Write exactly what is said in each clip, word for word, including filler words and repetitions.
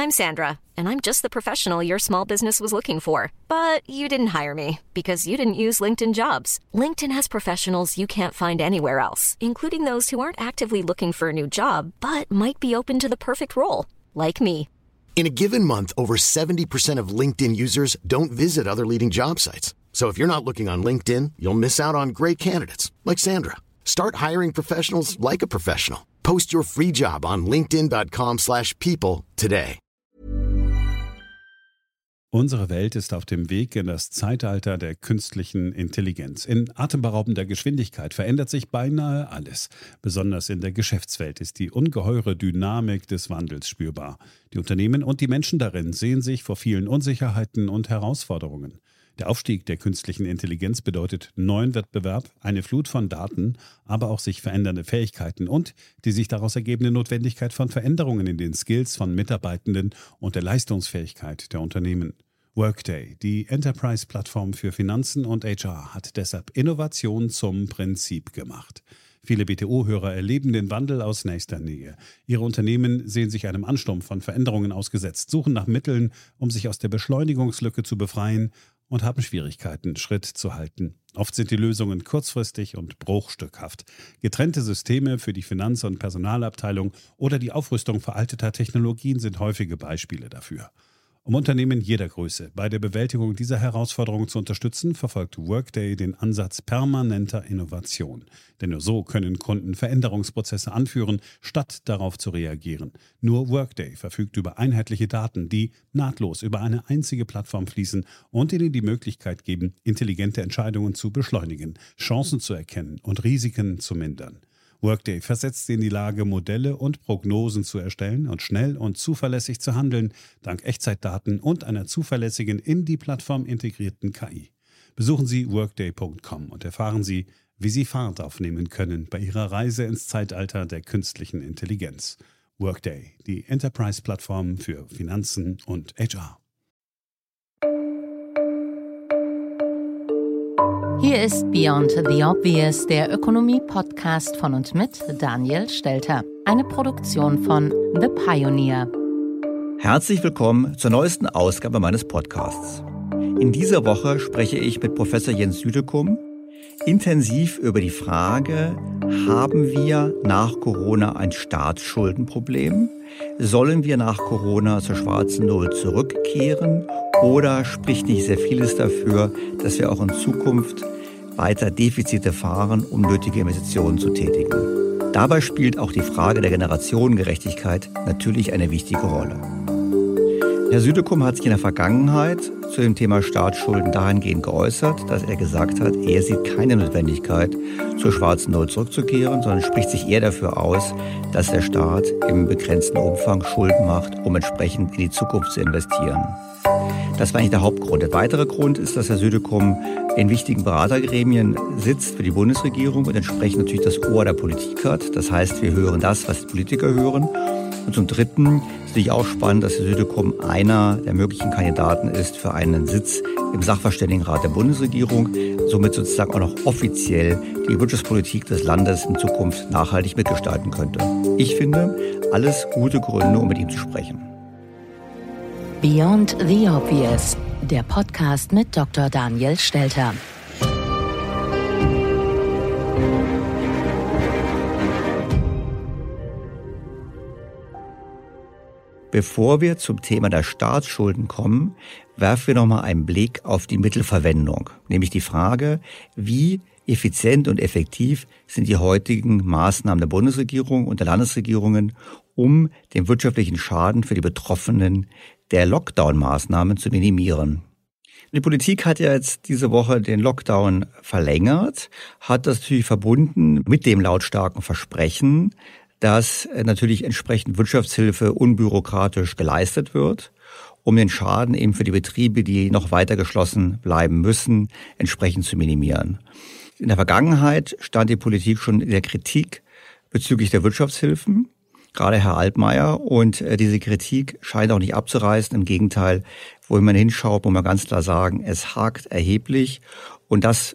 I'm Sandra, and I'm just the professional your small business was looking for. But you didn't hire me because you didn't use LinkedIn Jobs. LinkedIn has professionals you can't find anywhere else, including those who aren't actively looking for a new job, but might be open to the perfect role, like me. In a given month, over seventy percent of LinkedIn users don't visit other leading job sites. So if you're not looking on LinkedIn, you'll miss out on great candidates like Sandra. Start hiring professionals like a professional. Post your free job on linkedin dot com slash people today. Unsere Welt ist auf dem Weg in das Zeitalter der künstlichen Intelligenz. In atemberaubender Geschwindigkeit verändert sich beinahe alles. Besonders in der Geschäftswelt ist die ungeheure Dynamik des Wandels spürbar. Die Unternehmen und die Menschen darin sehen sich vor vielen Unsicherheiten und Herausforderungen. Der Aufstieg der künstlichen Intelligenz bedeutet neuen Wettbewerb, eine Flut von Daten, aber auch sich verändernde Fähigkeiten und die sich daraus ergebende Notwendigkeit von Veränderungen in den Skills von Mitarbeitenden und der Leistungsfähigkeit der Unternehmen. Workday, die Enterprise-Plattform für Finanzen und H R, hat deshalb Innovation zum Prinzip gemacht. Viele B T O-Hörer erleben den Wandel aus nächster Nähe. Ihre Unternehmen sehen sich einem Ansturm von Veränderungen ausgesetzt, suchen nach Mitteln, um sich aus der Beschleunigungslücke zu befreien und haben Schwierigkeiten, Schritt zu halten. Oft sind die Lösungen kurzfristig und bruchstückhaft. Getrennte Systeme für die Finanz- und Personalabteilung oder die Aufrüstung veralteter Technologien sind häufige Beispiele dafür. Um Unternehmen jeder Größe bei der Bewältigung dieser Herausforderung zu unterstützen, verfolgt Workday den Ansatz permanenter Innovation. Denn nur so können Kunden Veränderungsprozesse anführen, statt darauf zu reagieren. Nur Workday verfügt über einheitliche Daten, die nahtlos über eine einzige Plattform fließen und ihnen die Möglichkeit geben, intelligente Entscheidungen zu beschleunigen, Chancen zu erkennen und Risiken zu mindern. Workday versetzt sie in die Lage, Modelle und Prognosen zu erstellen und schnell und zuverlässig zu handeln, dank Echtzeitdaten und einer zuverlässigen in die Plattform integrierten K I. Besuchen Sie workday punkt com und erfahren Sie, wie Sie Fahrt aufnehmen können bei Ihrer Reise ins Zeitalter der künstlichen Intelligenz. Workday, die Enterprise-Plattform für Finanzen und H R. Hier ist Beyond the Obvious, der Ökonomie-Podcast von und mit Daniel Stelter. Eine Produktion von The Pioneer. Herzlich willkommen zur neuesten Ausgabe meines Podcasts. In dieser Woche spreche ich mit Professor Jens Südekum intensiv über die Frage, haben wir nach Corona ein Staatsschuldenproblem? Sollen wir nach Corona zur schwarzen Null zurückkehren? Oder spricht nicht sehr vieles dafür, dass wir auch in Zukunft weiter Defizite fahren, um nötige Investitionen zu tätigen? Dabei spielt auch die Frage der Generationengerechtigkeit natürlich eine wichtige Rolle. Herr Südekum hat sich in der Vergangenheit zu dem Thema Staatsschulden dahingehend geäußert, dass er gesagt hat, er sieht keine Notwendigkeit, zur schwarzen Null zurückzukehren, sondern spricht sich eher dafür aus, dass der Staat im begrenzten Umfang Schulden macht, um entsprechend in die Zukunft zu investieren. Das war eigentlich der Hauptgrund. Der weitere Grund ist, dass Herr Südekum in wichtigen Beratergremien sitzt für die Bundesregierung und entsprechend natürlich das Ohr der Politik hat. Das heißt, wir hören das, was die Politiker hören. Und zum Dritten ist natürlich auch spannend, dass Herr Südekum einer der möglichen Kandidaten ist für einen Sitz im Sachverständigenrat der Bundesregierung, somit sozusagen auch noch offiziell die Wirtschaftspolitik des Landes in Zukunft nachhaltig mitgestalten könnte. Ich finde, alles gute Gründe, um mit ihm zu sprechen. Beyond the Obvious, der Podcast mit Doktor Daniel Stelter. Bevor wir zum Thema der Staatsschulden kommen, werfen wir nochmal einen Blick auf die Mittelverwendung. Nämlich die Frage, wie effizient und effektiv sind die heutigen Maßnahmen der Bundesregierung und der Landesregierungen, um den wirtschaftlichen Schaden für die Betroffenen der Lockdown-Maßnahmen zu minimieren. Die Politik hat ja jetzt diese Woche den Lockdown verlängert, hat das natürlich verbunden mit dem lautstarken Versprechen, dass natürlich entsprechend Wirtschaftshilfe unbürokratisch geleistet wird, um den Schaden eben für die Betriebe, die noch weiter geschlossen bleiben müssen, entsprechend zu minimieren. In der Vergangenheit stand die Politik schon in der Kritik bezüglich der Wirtschaftshilfen, gerade Herr Altmaier, und diese Kritik scheint auch nicht abzureißen. Im Gegenteil, wo man hinschaut, muss man ganz klar sagen, es hakt erheblich und das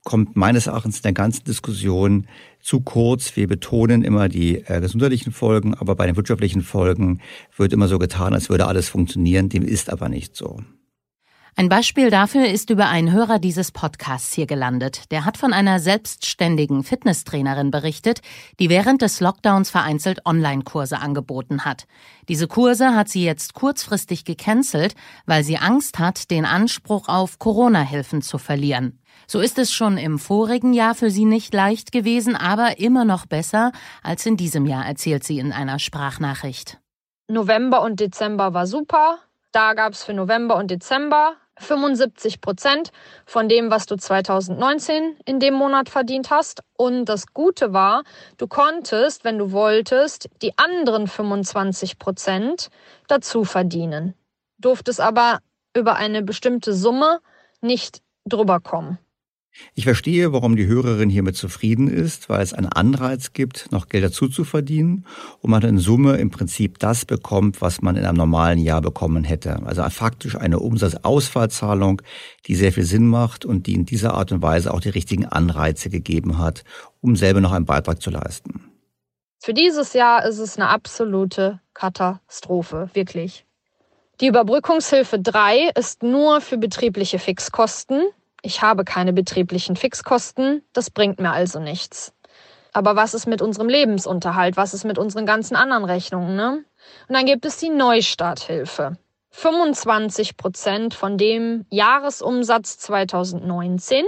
kommt meines Erachtens in der ganzen Diskussion zu kurz. Wir betonen immer die äh, gesundheitlichen Folgen, aber bei den wirtschaftlichen Folgen wird immer so getan, als würde alles funktionieren. Dem ist aber nicht so. Ein Beispiel dafür ist über einen Hörer dieses Podcasts hier gelandet. Der hat von einer selbstständigen Fitnesstrainerin berichtet, die während des Lockdowns vereinzelt Online-Kurse angeboten hat. Diese Kurse hat sie jetzt kurzfristig gecancelt, weil sie Angst hat, den Anspruch auf Corona-Hilfen zu verlieren. So ist es schon im vorigen Jahr für sie nicht leicht gewesen, aber immer noch besser als in diesem Jahr, erzählt sie in einer Sprachnachricht. November und Dezember war super. Da gab es für November und Dezember fünfundsiebzig Prozent von dem, was du zweitausendneunzehn in dem Monat verdient hast. Und das Gute war, du konntest, wenn du wolltest, die anderen fünfundzwanzig Prozent dazu verdienen. Durftest aber über eine bestimmte Summe nicht drüber kommen. Ich verstehe, warum die Hörerin hiermit zufrieden ist, weil es einen Anreiz gibt, noch Geld dazu zu verdienen und man in Summe im Prinzip das bekommt, was man in einem normalen Jahr bekommen hätte. Also faktisch eine Umsatzausfallzahlung, die sehr viel Sinn macht und die in dieser Art und Weise auch die richtigen Anreize gegeben hat, um selber noch einen Beitrag zu leisten. Für dieses Jahr ist es eine absolute Katastrophe, wirklich. Die Überbrückungshilfe drei ist nur für betriebliche Fixkosten. Ich habe keine betrieblichen Fixkosten, das bringt mir also nichts. Aber was ist mit unserem Lebensunterhalt? Was ist mit unseren ganzen anderen Rechnungen, ne? Und dann gibt es die Neustarthilfe. fünfundzwanzig Prozent von dem Jahresumsatz zweitausendneunzehn,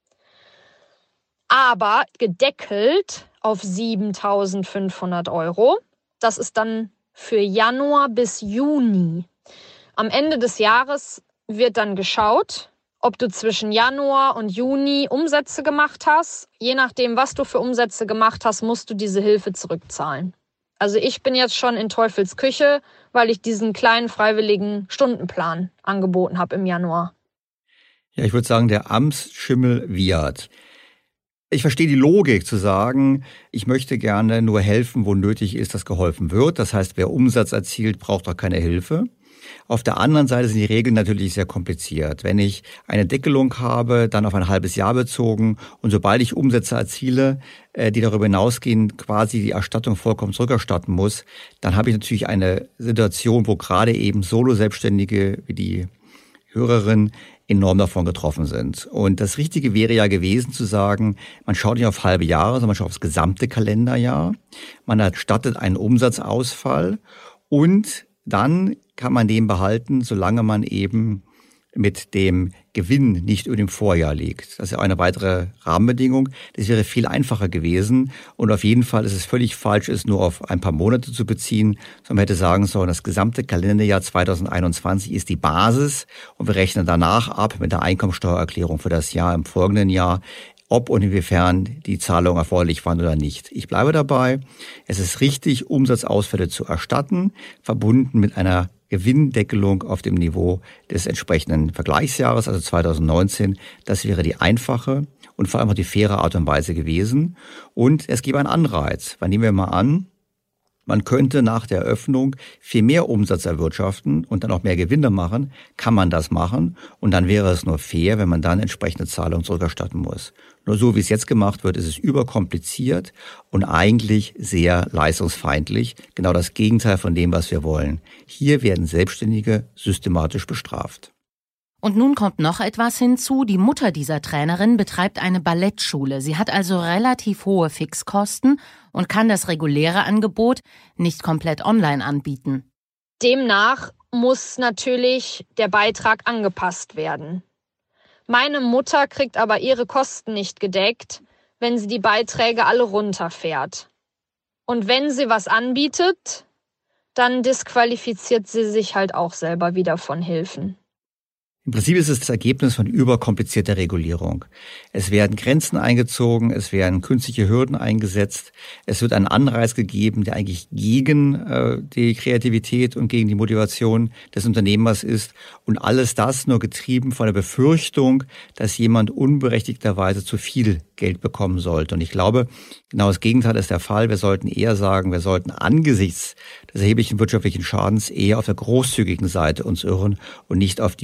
aber gedeckelt auf siebentausendfünfhundert Euro. Das ist dann für Januar bis Juni. Am Ende des Jahres wird dann geschaut, ob du zwischen Januar und Juni Umsätze gemacht hast. Je nachdem, was du für Umsätze gemacht hast, musst du diese Hilfe zurückzahlen. Also ich bin jetzt schon in Teufels Küche, weil ich diesen kleinen freiwilligen Stundenplan angeboten habe im Januar. Ja, ich würde sagen, der Amtsschimmel wiehert. Ich verstehe die Logik zu sagen, ich möchte gerne nur helfen, wo nötig ist, dass geholfen wird. Das heißt, wer Umsatz erzielt, braucht auch keine Hilfe. Auf der anderen Seite sind die Regeln natürlich sehr kompliziert. Wenn ich eine Deckelung habe, dann auf ein halbes Jahr bezogen und sobald ich Umsätze erziele, die darüber hinausgehen, quasi die Erstattung vollkommen zurückerstatten muss, dann habe ich natürlich eine Situation, wo gerade eben Solo-Selbstständige wie die Hörerin enorm davon getroffen sind. Und das Richtige wäre ja gewesen zu sagen, man schaut nicht auf halbe Jahre, sondern man schaut aufs gesamte Kalenderjahr. Man erstattet einen Umsatzausfall und dann kann man den behalten, solange man eben mit dem Gewinn nicht über dem Vorjahr liegt. Das ist ja eine weitere Rahmenbedingung. Das wäre viel einfacher gewesen. Und auf jeden Fall ist es völlig falsch, es nur auf ein paar Monate zu beziehen, sondern man hätte sagen sollen, das gesamte Kalenderjahr zweitausendeinundzwanzig ist die Basis und wir rechnen danach ab mit der Einkommensteuererklärung für das Jahr im folgenden Jahr, ob und inwiefern die Zahlungen erforderlich waren oder nicht. Ich bleibe dabei, es ist richtig, Umsatzausfälle zu erstatten, verbunden mit einer Gewinndeckelung auf dem Niveau des entsprechenden Vergleichsjahres, also zweitausendneunzehn. Das wäre die einfache und vor allem auch die faire Art und Weise gewesen. Und es gäbe einen Anreiz. Weil nehmen wir mal an, man könnte nach der Eröffnung viel mehr Umsatz erwirtschaften und dann auch mehr Gewinne machen, kann man das machen. Und dann wäre es nur fair, wenn man dann entsprechende Zahlungen zurückerstatten muss. Nur so, wie es jetzt gemacht wird, ist es überkompliziert und eigentlich sehr leistungsfeindlich. Genau das Gegenteil von dem, was wir wollen. Hier werden Selbstständige systematisch bestraft. Und nun kommt noch etwas hinzu. Die Mutter dieser Trainerin betreibt eine Ballettschule. Sie hat also relativ hohe Fixkosten und kann das reguläre Angebot nicht komplett online anbieten. Demnach muss natürlich der Beitrag angepasst werden. Meine Mutter kriegt aber ihre Kosten nicht gedeckt, wenn sie die Beiträge alle runterfährt. Und wenn sie was anbietet, dann disqualifiziert sie sich halt auch selber wieder von Hilfen. Im Prinzip ist es das Ergebnis von überkomplizierter Regulierung. Es werden Grenzen eingezogen, es werden künstliche Hürden eingesetzt, es wird ein Anreiz gegeben, der eigentlich gegen äh, die Kreativität und gegen die Motivation des Unternehmers ist und alles das nur getrieben von der Befürchtung, dass jemand unberechtigterweise zu viel Geld bekommen sollte. Und ich glaube, genau das Gegenteil ist der Fall. Wir sollten eher sagen, wir sollten angesichts des erheblichen wirtschaftlichen Schadens eher auf der großzügigen Seite uns irren und nicht auf dieser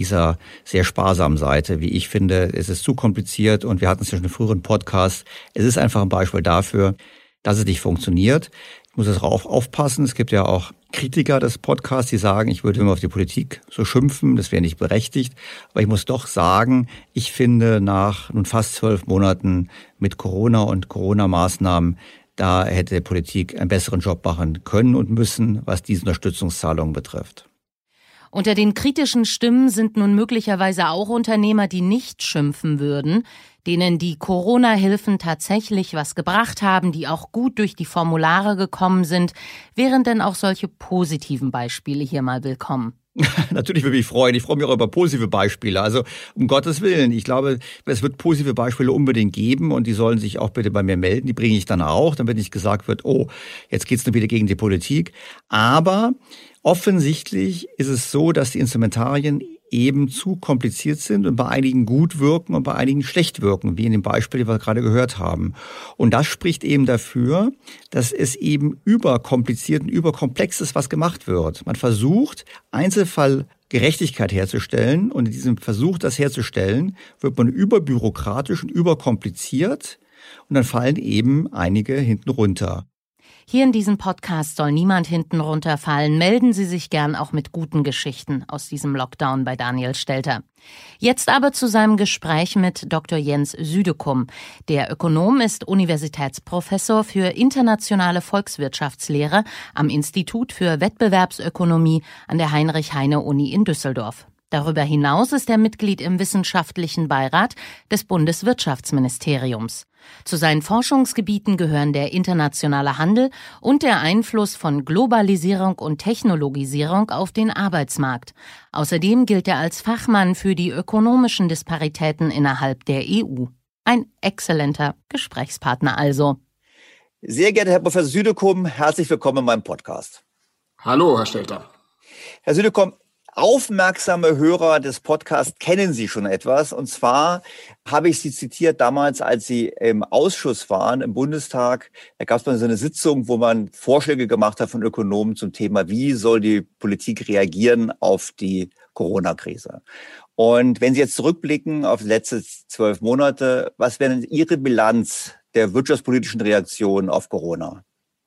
sehr sparsamen Seite, wie ich finde. Es ist zu kompliziert und wir hatten es ja schon in früheren Podcasts. Es ist einfach ein Beispiel dafür, dass es nicht funktioniert. Ich muss darauf aufpassen. Es gibt ja auch Kritiker des Podcasts, die sagen, ich würde immer auf die Politik so schimpfen, das wäre nicht berechtigt. Aber ich muss doch sagen, ich finde nach nun fast zwölf Monaten mit Corona und Corona-Maßnahmen, da hätte die Politik einen besseren Job machen können und müssen, was diese Unterstützungszahlungen betrifft. Unter den kritischen Stimmen sind nun möglicherweise auch Unternehmer, die nicht schimpfen würden, denen die Corona-Hilfen tatsächlich was gebracht haben, die auch gut durch die Formulare gekommen sind. Wären denn auch solche positiven Beispiele hier mal willkommen? Natürlich würde ich mich freuen. Ich freue mich auch über positive Beispiele. Also um Gottes Willen, ich glaube, es wird positive Beispiele unbedingt geben und die sollen sich auch bitte bei mir melden. Die bringe ich dann auch, damit nicht gesagt wird, oh, jetzt geht's nur wieder gegen die Politik. Aber offensichtlich ist es so, dass die Instrumentarien eben zu kompliziert sind und bei einigen gut wirken und bei einigen schlecht wirken, wie in dem Beispiel, das wir gerade gehört haben. Und das spricht eben dafür, dass es eben überkompliziert und überkomplex ist, was gemacht wird. Man versucht, Einzelfallgerechtigkeit herzustellen und in diesem Versuch, das herzustellen, wird man überbürokratisch und überkompliziert und dann fallen eben einige hinten runter. Hier in diesem Podcast soll niemand hinten runterfallen. Melden Sie sich gern auch mit guten Geschichten aus diesem Lockdown bei Daniel Stelter. Jetzt aber zu seinem Gespräch mit Doktor Jens Südekum. Der Ökonom ist Universitätsprofessor für internationale Volkswirtschaftslehre am Institut für Wettbewerbsökonomie an der Heinrich-Heine-Uni in Düsseldorf. Darüber hinaus ist er Mitglied im wissenschaftlichen Beirat des Bundeswirtschaftsministeriums. Zu seinen Forschungsgebieten gehören der internationale Handel und der Einfluss von Globalisierung und Technologisierung auf den Arbeitsmarkt. Außerdem gilt er als Fachmann für die ökonomischen Disparitäten innerhalb der E U. Ein exzellenter Gesprächspartner also. Sehr geehrter Herr Professor Südekum, herzlich willkommen in meinem Podcast. Hallo, Herr Stelter. Herr Südekum, aufmerksame Hörer des Podcasts kennen Sie schon etwas. Und zwar habe ich Sie zitiert damals, als Sie im Ausschuss waren, im Bundestag. Da gab es mal so eine Sitzung, wo man Vorschläge gemacht hat von Ökonomen zum Thema, wie soll die Politik reagieren auf die Corona-Krise. Und wenn Sie jetzt zurückblicken auf die letzten zwölf Monate, was wäre denn Ihre Bilanz der wirtschaftspolitischen Reaktion auf Corona?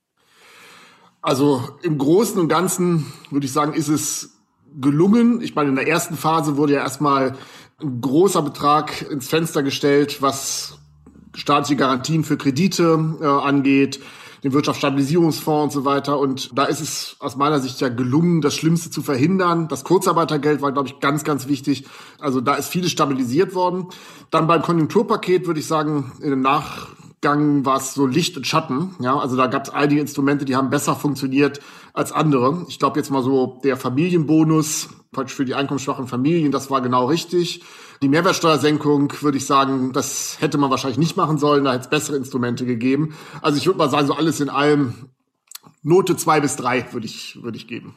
Also im Großen und Ganzen würde ich sagen, ist es gelungen. Ich meine, in der ersten Phase wurde ja erstmal ein großer Betrag ins Fenster gestellt, was staatliche Garantien für Kredite äh, angeht, den Wirtschaftsstabilisierungsfonds und so weiter. Und da ist es aus meiner Sicht ja gelungen, das Schlimmste zu verhindern. Das Kurzarbeitergeld war, glaube ich, ganz, ganz wichtig. Also da ist vieles stabilisiert worden. Dann beim Konjunkturpaket würde ich sagen, in dem Nachgang war es so Licht und Schatten. Ja, also da gab es einige Instrumente, die haben besser funktioniert als andere. Ich glaube jetzt mal so der Familienbonus für die einkommensschwachen Familien, das war genau richtig. Die Mehrwertsteuersenkung, würde ich sagen, das hätte man wahrscheinlich nicht machen sollen, da hätte es bessere Instrumente gegeben. Also ich würde mal sagen, so alles in allem Note zwei bis drei würde ich, würde ich geben.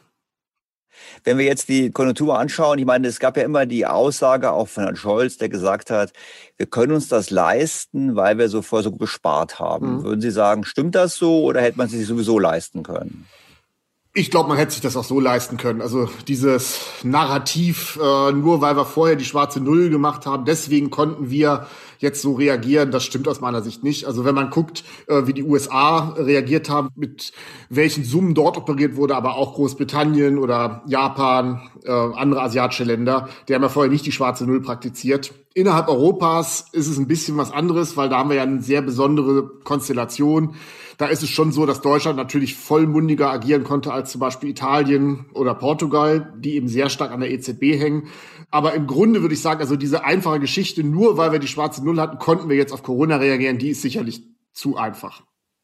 Wenn wir jetzt die Konjunktur anschauen, ich meine, es gab ja immer die Aussage auch von Herrn Scholz, der gesagt hat, wir können uns das leisten, weil wir so vorher so gut gespart haben. Mhm. Würden Sie sagen, stimmt das so oder hätte man es sich sowieso leisten können? Ich glaube, man hätte sich das auch so leisten können. Also dieses Narrativ, äh, nur weil wir vorher die schwarze Null gemacht haben, deswegen konnten wir jetzt so reagieren, das stimmt aus meiner Sicht nicht. Also wenn man guckt, äh, wie die U S A reagiert haben, mit welchen Summen dort operiert wurde, aber auch Großbritannien oder Japan, äh, andere asiatische Länder, die haben ja vorher nicht die schwarze Null praktiziert. Innerhalb Europas ist es ein bisschen was anderes, weil da haben wir ja eine sehr besondere Konstellation. Da ist es schon so, dass Deutschland natürlich vollmundiger agieren konnte als zum Beispiel Italien oder Portugal, die eben sehr stark an der E Z B hängen. Aber im Grunde würde ich sagen, also diese einfache Geschichte, nur weil wir die schwarze Null hatten, konnten wir jetzt auf Corona reagieren, die ist sicherlich zu einfach.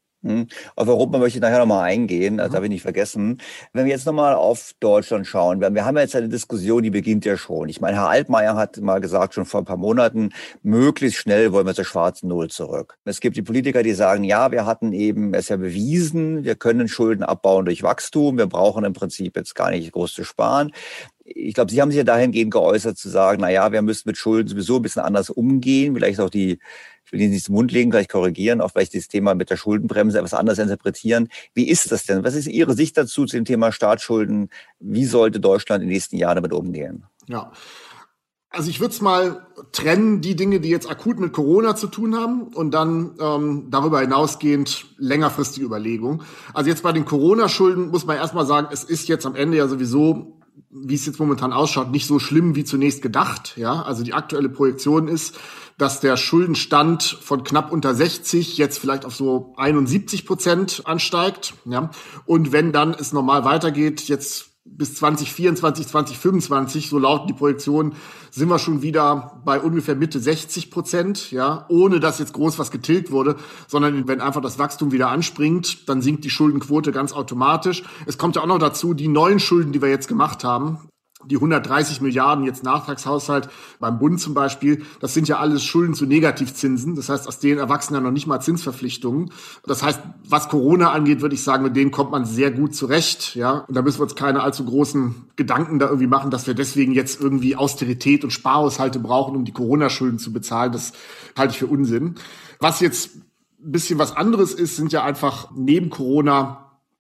Auf Europa möchte ich nachher nochmal eingehen, das habe ich nicht vergessen. Wenn wir jetzt nochmal auf Deutschland schauen, wir haben jetzt eine Diskussion, die beginnt ja schon. Ich meine, Herr Altmaier hat mal gesagt, schon vor ein paar Monaten, möglichst schnell wollen wir zur schwarzen Null zurück. Es gibt die Politiker, die sagen, ja, wir hatten eben es ja bewiesen, wir können Schulden abbauen durch Wachstum, wir brauchen im Prinzip jetzt gar nicht groß zu sparen. Ich glaube, Sie haben sich ja dahingehend geäußert, zu sagen, na ja, wir müssen mit Schulden sowieso ein bisschen anders umgehen, vielleicht auch die, ich will Ihnen nicht zum Mund legen, gleich korrigieren, auch vielleicht das Thema mit der Schuldenbremse etwas anders interpretieren. Wie ist das denn? Was ist Ihre Sicht dazu, zu dem Thema Staatsschulden? Wie sollte Deutschland in den nächsten Jahren damit umgehen? Ja. Also ich würde es mal trennen, die Dinge, die jetzt akut mit Corona zu tun haben und dann ähm, darüber hinausgehend längerfristige Überlegungen. Also jetzt bei den Corona-Schulden muss man erstmal sagen, es ist jetzt am Ende ja sowieso, wie es jetzt momentan ausschaut, nicht so schlimm wie zunächst gedacht. Ja, also die aktuelle Projektion ist, dass der Schuldenstand von knapp unter sechzig jetzt vielleicht auf so einundsiebzig Prozent ansteigt. Ja, und wenn dann es normal weitergeht, jetzt bis zwanzig vierundzwanzig, zwanzig fünfundzwanzig, so lauten die Projektionen, sind wir schon wieder bei ungefähr Mitte sechzig Prozent, ja, ohne dass jetzt groß was getilgt wurde, sondern wenn einfach das Wachstum wieder anspringt, dann sinkt die Schuldenquote ganz automatisch. Es kommt ja auch noch dazu, die neuen Schulden, die wir jetzt gemacht haben, die hundertdreißig Milliarden jetzt Nachtragshaushalt beim Bund zum Beispiel, das sind ja alles Schulden zu Negativzinsen. Das heißt, aus denen erwachsen ja noch nicht mal Zinsverpflichtungen. Das heißt, was Corona angeht, würde ich sagen, mit denen kommt man sehr gut zurecht. Ja, und da müssen wir uns keine allzu großen Gedanken da irgendwie machen, dass wir deswegen jetzt irgendwie Austerität und Sparhaushalte brauchen, um die Corona-Schulden zu bezahlen. Das halte ich für Unsinn. Was jetzt ein bisschen was anderes ist, sind ja einfach neben Corona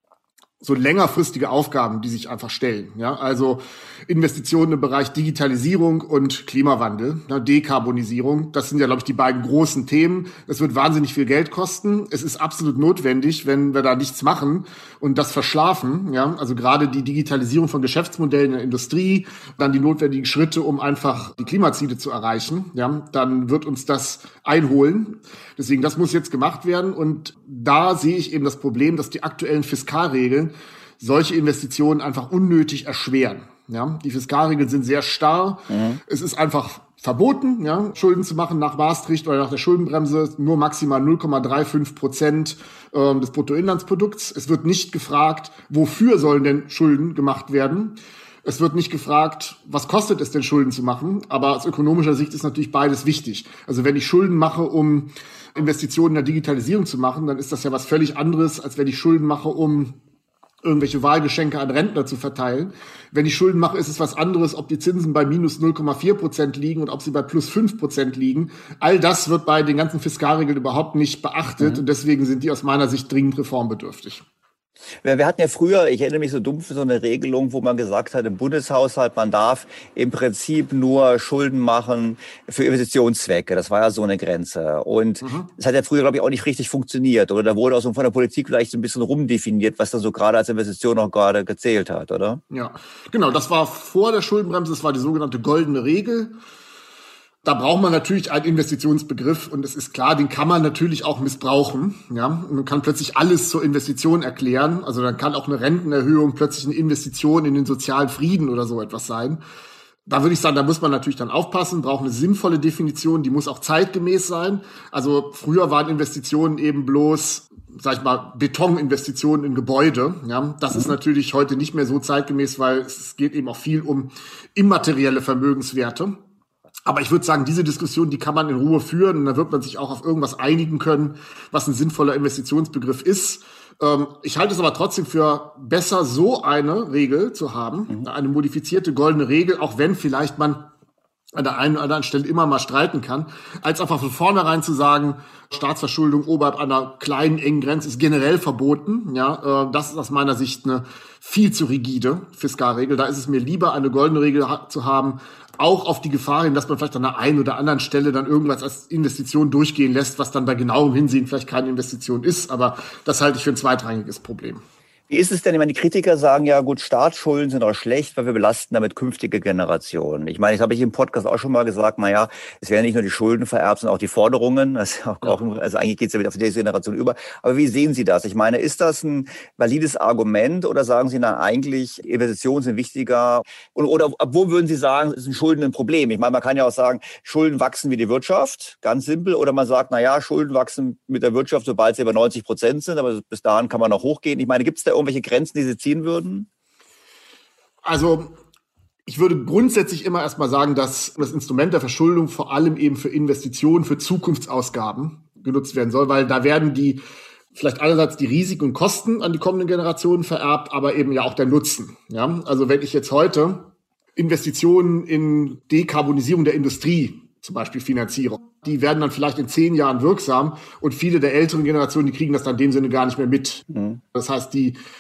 so längerfristige Aufgaben, die sich einfach stellen. Ja, also Investitionen im Bereich Digitalisierung und Klimawandel, ja, Dekarbonisierung. Das sind ja, glaube ich, die beiden großen Themen. Das wird wahnsinnig viel Geld kosten. Es ist absolut notwendig, wenn wir da nichts machen und das verschlafen. Ja, also gerade die Digitalisierung von Geschäftsmodellen in der Industrie, dann die notwendigen Schritte, um einfach die Klimaziele zu erreichen. Ja, dann wird uns das einholen. Deswegen, das muss jetzt gemacht werden. Und da sehe ich eben das Problem, dass die aktuellen Fiskalregeln solche Investitionen einfach unnötig erschweren. Ja, die Fiskalregeln sind sehr starr. Mhm. Es ist einfach verboten, ja, Schulden zu machen nach Maastricht oder nach der Schuldenbremse, nur maximal null Komma fünfunddreißig Prozent äh, des Bruttoinlandsprodukts. Es wird nicht gefragt, wofür sollen denn Schulden gemacht werden. Es wird nicht gefragt, was kostet es denn, Schulden zu machen. Aber aus ökonomischer Sicht ist natürlich beides wichtig. Also wenn ich Schulden mache, um Investitionen in der Digitalisierung zu machen, dann ist das ja was völlig anderes, als wenn ich Schulden mache, um irgendwelche Wahlgeschenke an Rentner zu verteilen. Wenn ich Schulden mache, ist es was anderes, ob die Zinsen bei minus null Komma vier Prozent liegen und ob sie bei plus fünf Prozent liegen. All das wird bei den ganzen Fiskalregeln überhaupt nicht beachtet. Mhm. Und deswegen sind die aus meiner Sicht dringend reformbedürftig. Wir hatten ja früher, ich erinnere mich so dumpf, so eine Regelung, wo man gesagt hat, im Bundeshaushalt, man darf im Prinzip nur Schulden machen für Investitionszwecke. Das war ja so eine Grenze. Und mhm. das hat ja früher, glaube ich, auch nicht richtig funktioniert. Oder da wurde auch so von der Politik vielleicht so ein bisschen rumdefiniert, was dann so gerade als Investition auch gerade gezählt hat, oder? Ja, genau. Das war vor der Schuldenbremse. Das war die sogenannte goldene Regel. Da braucht man natürlich einen Investitionsbegriff und es ist klar, den kann man natürlich auch missbrauchen. Ja, und man kann plötzlich alles zur Investition erklären. Also dann kann auch eine Rentenerhöhung plötzlich eine Investition in den sozialen Frieden oder so etwas sein. Da würde ich sagen, da muss man natürlich dann aufpassen, braucht eine sinnvolle Definition, die muss auch zeitgemäß sein. Also früher waren Investitionen eben bloß, sag ich mal, Betoninvestitionen in Gebäude. Ja, das ist natürlich heute nicht mehr so zeitgemäß, weil es geht eben auch viel um immaterielle Vermögenswerte. Aber ich würde sagen, diese Diskussion, die kann man in Ruhe führen und da wird man sich auch auf irgendwas einigen können, was ein sinnvoller Investitionsbegriff ist. Ähm, ich halte es aber trotzdem für besser, so eine Regel zu haben, mhm. eine modifizierte goldene Regel, auch wenn vielleicht man an der einen oder anderen Stelle immer mal streiten kann, als einfach von vornherein zu sagen, Staatsverschuldung oberhalb einer kleinen, engen Grenze ist generell verboten. Ja, äh, das ist aus meiner Sicht eine viel zu rigide Fiskalregel. Da ist es mir lieber, eine goldene Regel ha- zu haben, auch auf die Gefahr hin, dass man vielleicht an der einen oder anderen Stelle dann irgendwas als Investition durchgehen lässt, was dann bei genauem Hinsehen vielleicht keine Investition ist. Aber das halte ich für ein zweitrangiges Problem. Wie ist es denn, ich meine, die Kritiker sagen ja, gut, Staatsschulden sind auch schlecht, weil wir belasten damit künftige Generationen. Ich meine, das habe ich im Podcast auch schon mal gesagt, na ja, es werden nicht nur die Schulden vererbt, sondern auch die Forderungen. Also, auch, also eigentlich geht es ja wieder auf die nächste Generation über. Aber wie sehen Sie das? Ich meine, ist das ein valides Argument oder sagen Sie dann eigentlich, Investitionen sind wichtiger? Und, oder wo würden Sie sagen, ist ein Schulden ein Problem? Ich meine, man kann ja auch sagen, Schulden wachsen wie die Wirtschaft, ganz simpel. Oder man sagt, na ja, Schulden wachsen mit der Wirtschaft, sobald sie über neunzig Prozent sind, aber bis dahin kann man noch hochgehen. Ich meine, gibt es da irgendwelche Grenzen, die Sie ziehen würden? Also ich würde grundsätzlich immer erstmal sagen, dass das Instrument der Verschuldung vor allem eben für Investitionen, für Zukunftsausgaben genutzt werden soll, weil da werden die vielleicht einerseits die Risiken und Kosten an die kommenden Generationen vererbt, aber eben ja auch der Nutzen. Ja? Also wenn ich jetzt heute Investitionen in Dekarbonisierung der Industrie zum Beispiel finanziere, die werden dann vielleicht in zehn Jahren wirksam und viele der älteren Generationen, die kriegen das dann in dem Sinne gar nicht mehr mit. Mhm. Das heißt, die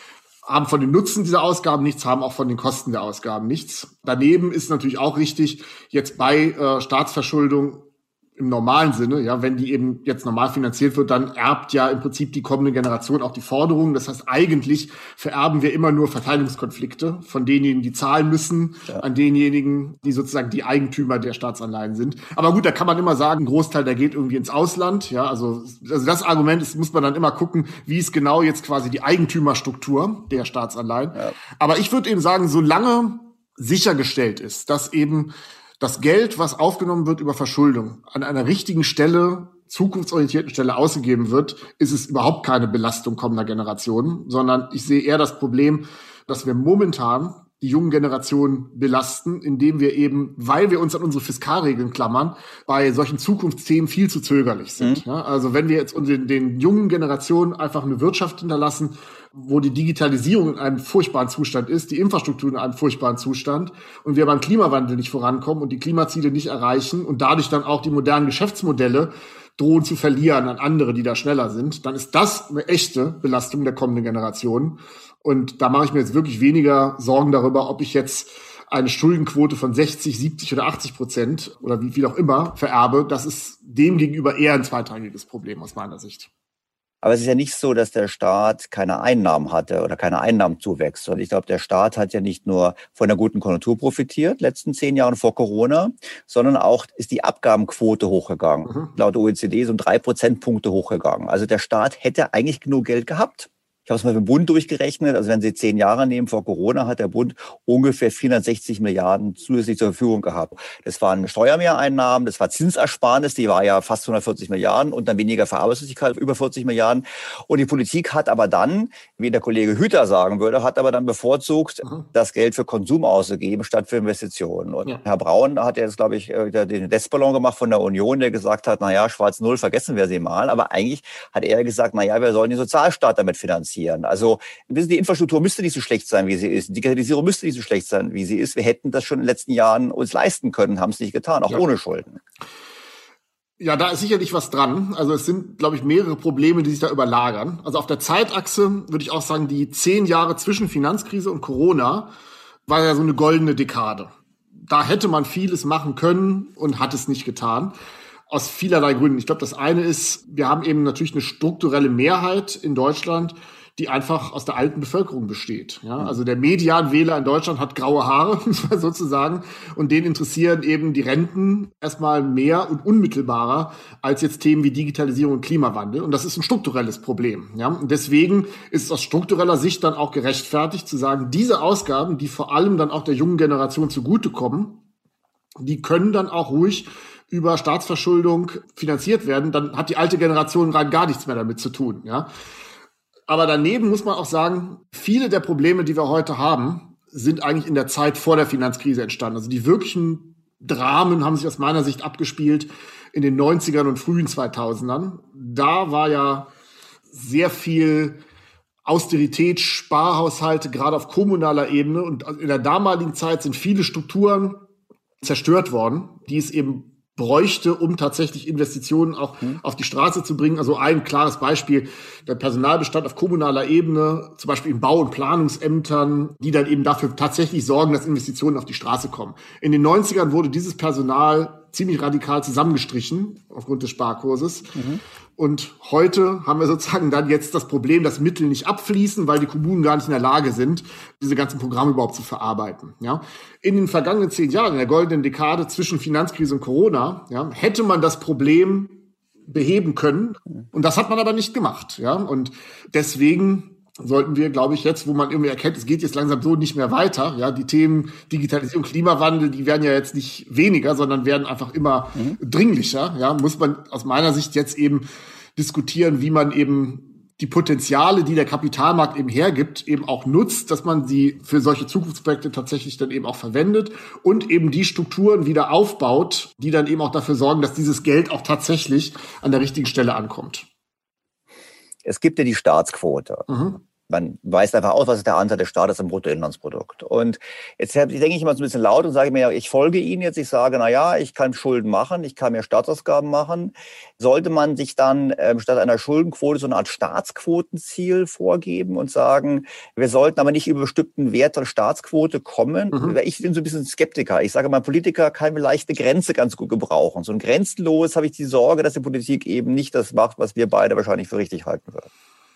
haben von den Nutzen dieser Ausgaben nichts, haben auch von den Kosten der Ausgaben nichts. Daneben ist natürlich auch richtig, jetzt bei äh, Staatsverschuldung im normalen Sinne, ja, wenn die eben jetzt normal finanziert wird, dann erbt ja im Prinzip die kommende Generation auch die Forderungen. Das heißt, eigentlich vererben wir immer nur Verteilungskonflikte von denjenigen, die zahlen müssen, ja, an denjenigen, die sozusagen die Eigentümer der Staatsanleihen sind. Aber gut, da kann man immer sagen, ein Großteil, der geht irgendwie ins Ausland. Ja, also, also das Argument ist, muss man dann immer gucken, wie ist genau jetzt quasi die Eigentümerstruktur der Staatsanleihen. Ja. Aber ich würde eben sagen, solange sichergestellt ist, dass eben das Geld, was aufgenommen wird über Verschuldung, an einer richtigen Stelle, zukunftsorientierten Stelle ausgegeben wird, ist es überhaupt keine Belastung kommender Generationen, sondern ich sehe eher das Problem, dass wir momentan die jungen Generationen belasten, indem wir eben, weil wir uns an unsere Fiskalregeln klammern, bei solchen Zukunftsthemen viel zu zögerlich sind. Mhm. Ja, also wenn wir jetzt den, den jungen Generationen einfach eine Wirtschaft hinterlassen, wo die Digitalisierung in einem furchtbaren Zustand ist, die Infrastruktur in einem furchtbaren Zustand und wir beim Klimawandel nicht vorankommen und die Klimaziele nicht erreichen und dadurch dann auch die modernen Geschäftsmodelle drohen zu verlieren an andere, die da schneller sind, dann ist das eine echte Belastung der kommenden Generationen. Und da mache ich mir jetzt wirklich weniger Sorgen darüber, ob ich jetzt eine Schuldenquote von sechzig, siebzig oder achtzig Prozent oder wie viel auch immer vererbe. Das ist dem gegenüber eher ein zweitrangiges Problem aus meiner Sicht. Aber es ist ja nicht so, dass der Staat keine Einnahmen hatte oder keine Einnahmenzuwächse. Und ich glaube, der Staat hat ja nicht nur von der guten Konjunktur profitiert, letzten zehn Jahren vor Corona, sondern auch ist die Abgabenquote hochgegangen. Mhm. Laut O E C D sind drei Prozentpunkte hochgegangen. Also der Staat hätte eigentlich genug Geld gehabt. Ich habe es mal mit dem Bund durchgerechnet. Also wenn Sie zehn Jahre nehmen, vor Corona hat der Bund ungefähr vierhundertsechzig Milliarden zusätzlich zur Verfügung gehabt. Das waren Steuermehreinnahmen, das war Zinsersparnis, die war ja fast hundertvierzig Milliarden und dann weniger für Arbeitslosigkeit, über vierzig Milliarden. Und die Politik hat aber dann, wie der Kollege Hüter sagen würde, hat aber dann bevorzugt, mhm. das Geld für Konsum auszugeben statt für Investitionen. Und ja. Herr Braun hat jetzt, glaube ich, den Testballon gemacht von der Union, der gesagt hat, na ja, schwarz null, vergessen wir sie mal. Aber eigentlich hat er gesagt, na ja, wir sollen den Sozialstaat damit finanzieren. Also wissen Sie, die Infrastruktur müsste nicht so schlecht sein, wie sie ist. Die Digitalisierung müsste nicht so schlecht sein, wie sie ist. Wir hätten das schon in den letzten Jahren uns leisten können, haben es nicht getan, auch ja. ohne Schulden. Ja, da ist sicherlich was dran. Also es sind, glaube ich, mehrere Probleme, die sich da überlagern. Also auf der Zeitachse würde ich auch sagen, die zehn Jahre zwischen Finanzkrise und Corona war ja so eine goldene Dekade. Da hätte man vieles machen können und hat es nicht getan. Aus vielerlei Gründen. Ich glaube, das eine ist, wir haben eben natürlich eine strukturelle Mehrheit in Deutschland, die einfach aus der alten Bevölkerung besteht. Ja, also der Medianwähler in Deutschland hat graue Haare, sozusagen, und den interessieren eben die Renten erstmal mehr und unmittelbarer als jetzt Themen wie Digitalisierung und Klimawandel. Und das ist ein strukturelles Problem. Ja, und deswegen ist es aus struktureller Sicht dann auch gerechtfertigt zu sagen, diese Ausgaben, die vor allem dann auch der jungen Generation zugutekommen, die können dann auch ruhig über Staatsverschuldung finanziert werden. Dann hat die alte Generation rein gar nichts mehr damit zu tun. Ja. Aber daneben muss man auch sagen, viele der Probleme, die wir heute haben, sind eigentlich in der Zeit vor der Finanzkrise entstanden. Also die wirklichen Dramen haben sich aus meiner Sicht abgespielt in den neunzigern und frühen zweitausendern. Da war ja sehr viel Austerität, Sparhaushalte, gerade auf kommunaler Ebene. Und in der damaligen Zeit sind viele Strukturen zerstört worden, die es eben bräuchte, um tatsächlich Investitionen auch mhm. auf die Straße zu bringen. Also ein klares Beispiel, der Personalbestand auf kommunaler Ebene, zum Beispiel in Bau- und Planungsämtern, die dann eben dafür tatsächlich sorgen, dass Investitionen auf die Straße kommen. In den neunzigern wurde dieses Personal ziemlich radikal zusammengestrichen aufgrund des Sparkurses. Mhm. Und heute haben wir sozusagen dann jetzt das Problem, dass Mittel nicht abfließen, weil die Kommunen gar nicht in der Lage sind, diese ganzen Programme überhaupt zu verarbeiten. Ja, in den vergangenen zehn Jahren, in der goldenen Dekade zwischen Finanzkrise und Corona, ja, hätte man das Problem beheben können. Und das hat man aber nicht gemacht. Ja, und deswegen sollten wir, glaube ich, jetzt, wo man irgendwie erkennt, es geht jetzt langsam so nicht mehr weiter, ja, die Themen Digitalisierung, Klimawandel, die werden ja jetzt nicht weniger, sondern werden einfach immer mhm. dringlicher, ja, muss man aus meiner Sicht jetzt eben diskutieren, wie man eben die Potenziale, die der Kapitalmarkt eben hergibt, eben auch nutzt, dass man sie für solche Zukunftsprojekte tatsächlich dann eben auch verwendet und eben die Strukturen wieder aufbaut, die dann eben auch dafür sorgen, dass dieses Geld auch tatsächlich an der richtigen Stelle ankommt. Es gibt ja die Staatsquote. Mhm. Man weist einfach aus, was ist der Anteil des Staates am Bruttoinlandsprodukt. Und jetzt denke ich immer so ein bisschen laut und sage mir, ich folge Ihnen jetzt. Ich sage, na ja, ich kann Schulden machen, ich kann mehr Staatsausgaben machen. Sollte man sich dann ähm, statt einer Schuldenquote so eine Art Staatsquotenziel vorgeben und sagen, wir sollten aber nicht über bestimmten Wert der Staatsquote kommen? Mhm. Ich bin so ein bisschen Skeptiker. Ich sage mal, Politiker kann vielleicht eine Grenze ganz gut gebrauchen. So ein grenzenlos habe ich die Sorge, dass die Politik eben nicht das macht, was wir beide wahrscheinlich für richtig halten würden.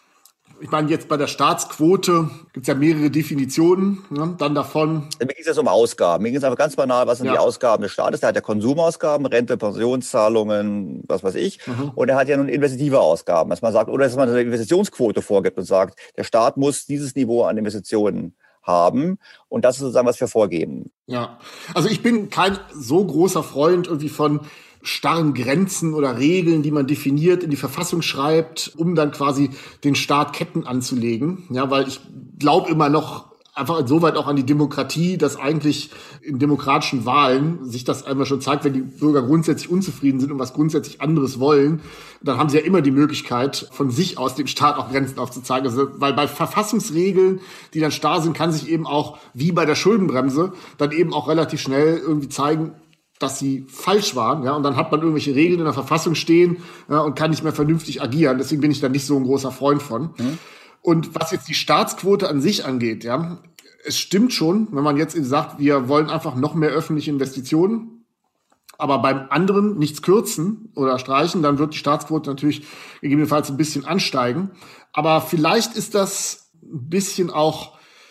Ich meine, jetzt bei der Staatsquote gibt es ja mehrere Definitionen, ne, dann davon. Mir geht es jetzt um Ausgaben. Mir geht es einfach ganz banal, was sind ja. die Ausgaben des Staates? Der hat ja Konsumausgaben, Rente, Pensionszahlungen, was weiß ich. Mhm. Und er hat ja nun investitive Ausgaben, dass man sagt, oder dass man eine Investitionsquote vorgibt und sagt, der Staat muss dieses Niveau an Investitionen haben. Und das ist sozusagen, was wir vorgeben. Ja, also ich bin kein so großer Freund irgendwie von starren Grenzen oder Regeln, die man definiert, in die Verfassung schreibt, um dann quasi den Staat Ketten anzulegen. Ja, weil ich glaube immer noch einfach insoweit auch an die Demokratie, dass eigentlich in demokratischen Wahlen sich das einmal schon zeigt, wenn die Bürger grundsätzlich unzufrieden sind und was grundsätzlich anderes wollen, dann haben sie ja immer die Möglichkeit, von sich aus dem Staat auch Grenzen aufzuzeigen. Also, weil bei Verfassungsregeln, die dann starr sind, kann sich eben auch, wie bei der Schuldenbremse, dann eben auch relativ schnell irgendwie zeigen, dass sie falsch waren, ja, und dann hat man irgendwelche Regeln in der Verfassung stehen, ja, und kann nicht mehr vernünftig agieren. Deswegen bin ich da nicht so ein großer Freund von. Mhm. Und was jetzt die Staatsquote an sich angeht, ja, es stimmt schon, wenn man jetzt sagt, wir wollen einfach noch mehr öffentliche Investitionen, aber beim anderen nichts kürzen oder streichen, dann wird die Staatsquote natürlich gegebenenfalls ein bisschen ansteigen. Aber vielleicht ist das ein bisschen auch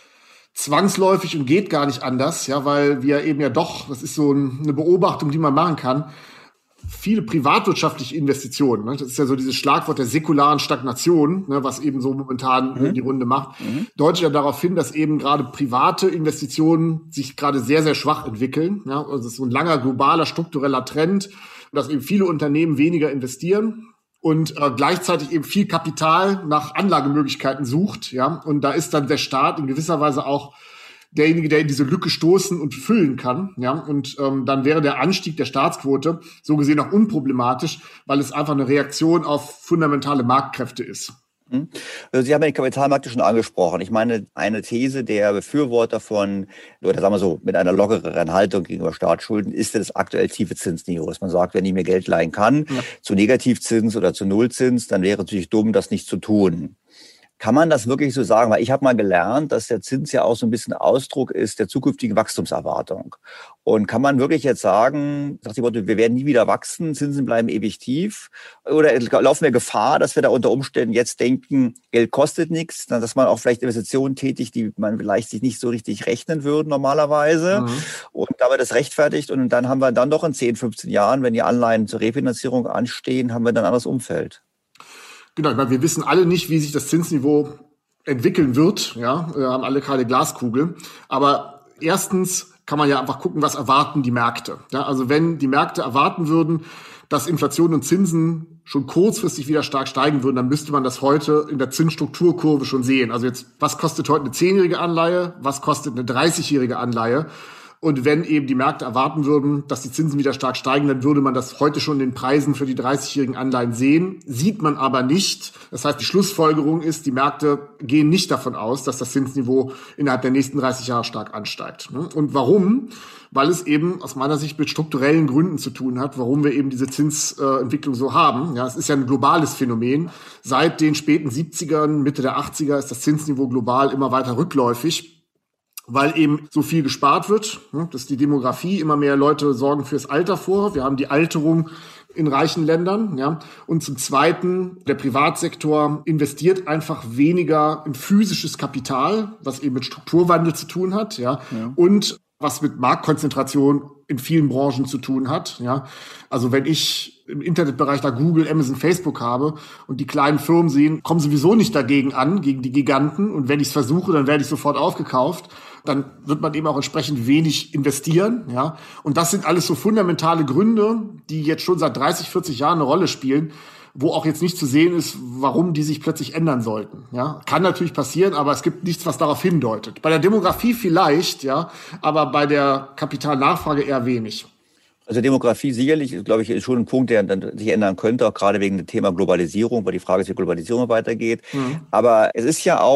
zwangsläufig und geht gar nicht anders, ja, weil wir eben ja doch, das ist so eine Beobachtung, die man machen kann, viele privatwirtschaftliche Investitionen, ne, das ist ja so dieses Schlagwort der säkularen Stagnation, ne, was eben so momentan mhm. die Runde macht, mhm. deutet ja darauf hin, dass eben gerade private Investitionen sich gerade sehr, sehr schwach entwickeln. Ja, also das ist so ein langer globaler struktureller Trend, dass eben viele Unternehmen weniger investieren und äh, gleichzeitig eben viel Kapital nach Anlagemöglichkeiten sucht, ja, und da ist dann der Staat in gewisser Weise auch derjenige, der in diese Lücke stoßen und füllen kann, ja, und ähm, dann wäre der Anstieg der Staatsquote so gesehen auch unproblematisch, weil es einfach eine Reaktion auf fundamentale Marktkräfte ist. Also Sie haben ja den Kapitalmarkt schon angesprochen. Ich meine, eine These der Befürworter von, oder sagen wir so, mit einer lockereren Haltung gegenüber Staatsschulden ist das aktuell tiefe Zinsniveau. Dass man sagt, wenn ich mir Geld leihen kann, ja. zu Negativzins oder zu Nullzins, dann wäre es natürlich dumm, das nicht zu tun. Kann man das wirklich so sagen? Weil ich habe mal gelernt, dass der Zins ja auch so ein bisschen Ausdruck ist der zukünftigen Wachstumserwartung. Und kann man wirklich jetzt sagen, sagt die Motto, wir werden nie wieder wachsen, Zinsen bleiben ewig tief? Oder laufen wir Gefahr, dass wir da unter Umständen jetzt denken, Geld kostet nichts, dass man auch vielleicht Investitionen tätigt, die man vielleicht sich nicht so richtig rechnen würde normalerweise. Mhm. Und damit das rechtfertigt. Und dann haben wir dann doch in zehn, fünfzehn Jahren, wenn die Anleihen zur Refinanzierung anstehen, haben wir dann ein anderes Umfeld. Genau, ich meine, wir wissen alle nicht, wie sich das Zinsniveau entwickeln wird. Ja, wir haben alle keine Glaskugel. Aber erstens kann man ja einfach gucken, was erwarten die Märkte. Ja, also wenn die Märkte erwarten würden, dass Inflation und Zinsen schon kurzfristig wieder stark steigen würden, dann müsste man das heute in der Zinsstrukturkurve schon sehen. Also jetzt, was kostet heute eine zehnjährige Anleihe? Was kostet eine dreißigjährige Anleihe? Und wenn eben die Märkte erwarten würden, dass die Zinsen wieder stark steigen, dann würde man das heute schon in den Preisen für die dreißigjährigen Anleihen sehen. Sieht man aber nicht. Das heißt, die Schlussfolgerung ist, die Märkte gehen nicht davon aus, dass das Zinsniveau innerhalb der nächsten dreißig Jahre stark ansteigt. Und warum? Weil es eben aus meiner Sicht mit strukturellen Gründen zu tun hat, warum wir eben diese Zinsentwicklung so haben. Ja, es ist ja ein globales Phänomen. Seit den späten siebzigern, Mitte der achtziger ist das Zinsniveau global immer weiter rückläufig, weil eben so viel gespart wird. Das ist die Demografie. Immer mehr Leute sorgen fürs Alter vor. Wir haben die Alterung in reichen Ländern. Ja. Und zum Zweiten, der Privatsektor investiert einfach weniger in physisches Kapital, was eben mit Strukturwandel zu tun hat. Ja. Ja. Und was mit Marktkonzentration in vielen Branchen zu tun hat. Ja. Also wenn ich im Internetbereich da Google, Amazon, Facebook habe und die kleinen Firmen sehen, kommen sowieso nicht dagegen an, gegen die Giganten. Und wenn ich es versuche, dann werde ich sofort aufgekauft. Dann wird man eben auch entsprechend wenig investieren, ja. Und das sind alles so fundamentale Gründe, die jetzt schon seit dreißig, vierzig Jahren eine Rolle spielen, wo auch jetzt nicht zu sehen ist, warum die sich plötzlich ändern sollten, ja. Kann natürlich passieren, aber es gibt nichts, was darauf hindeutet. Bei der Demografie vielleicht, ja, aber bei der Kapitalnachfrage eher wenig. Also Demografie sicherlich, glaube ich, ist schon ein Punkt, der dann sich ändern könnte, auch gerade wegen dem Thema Globalisierung, weil die Frage ist, wie Globalisierung weitergeht. Mhm. Aber es ist ja auch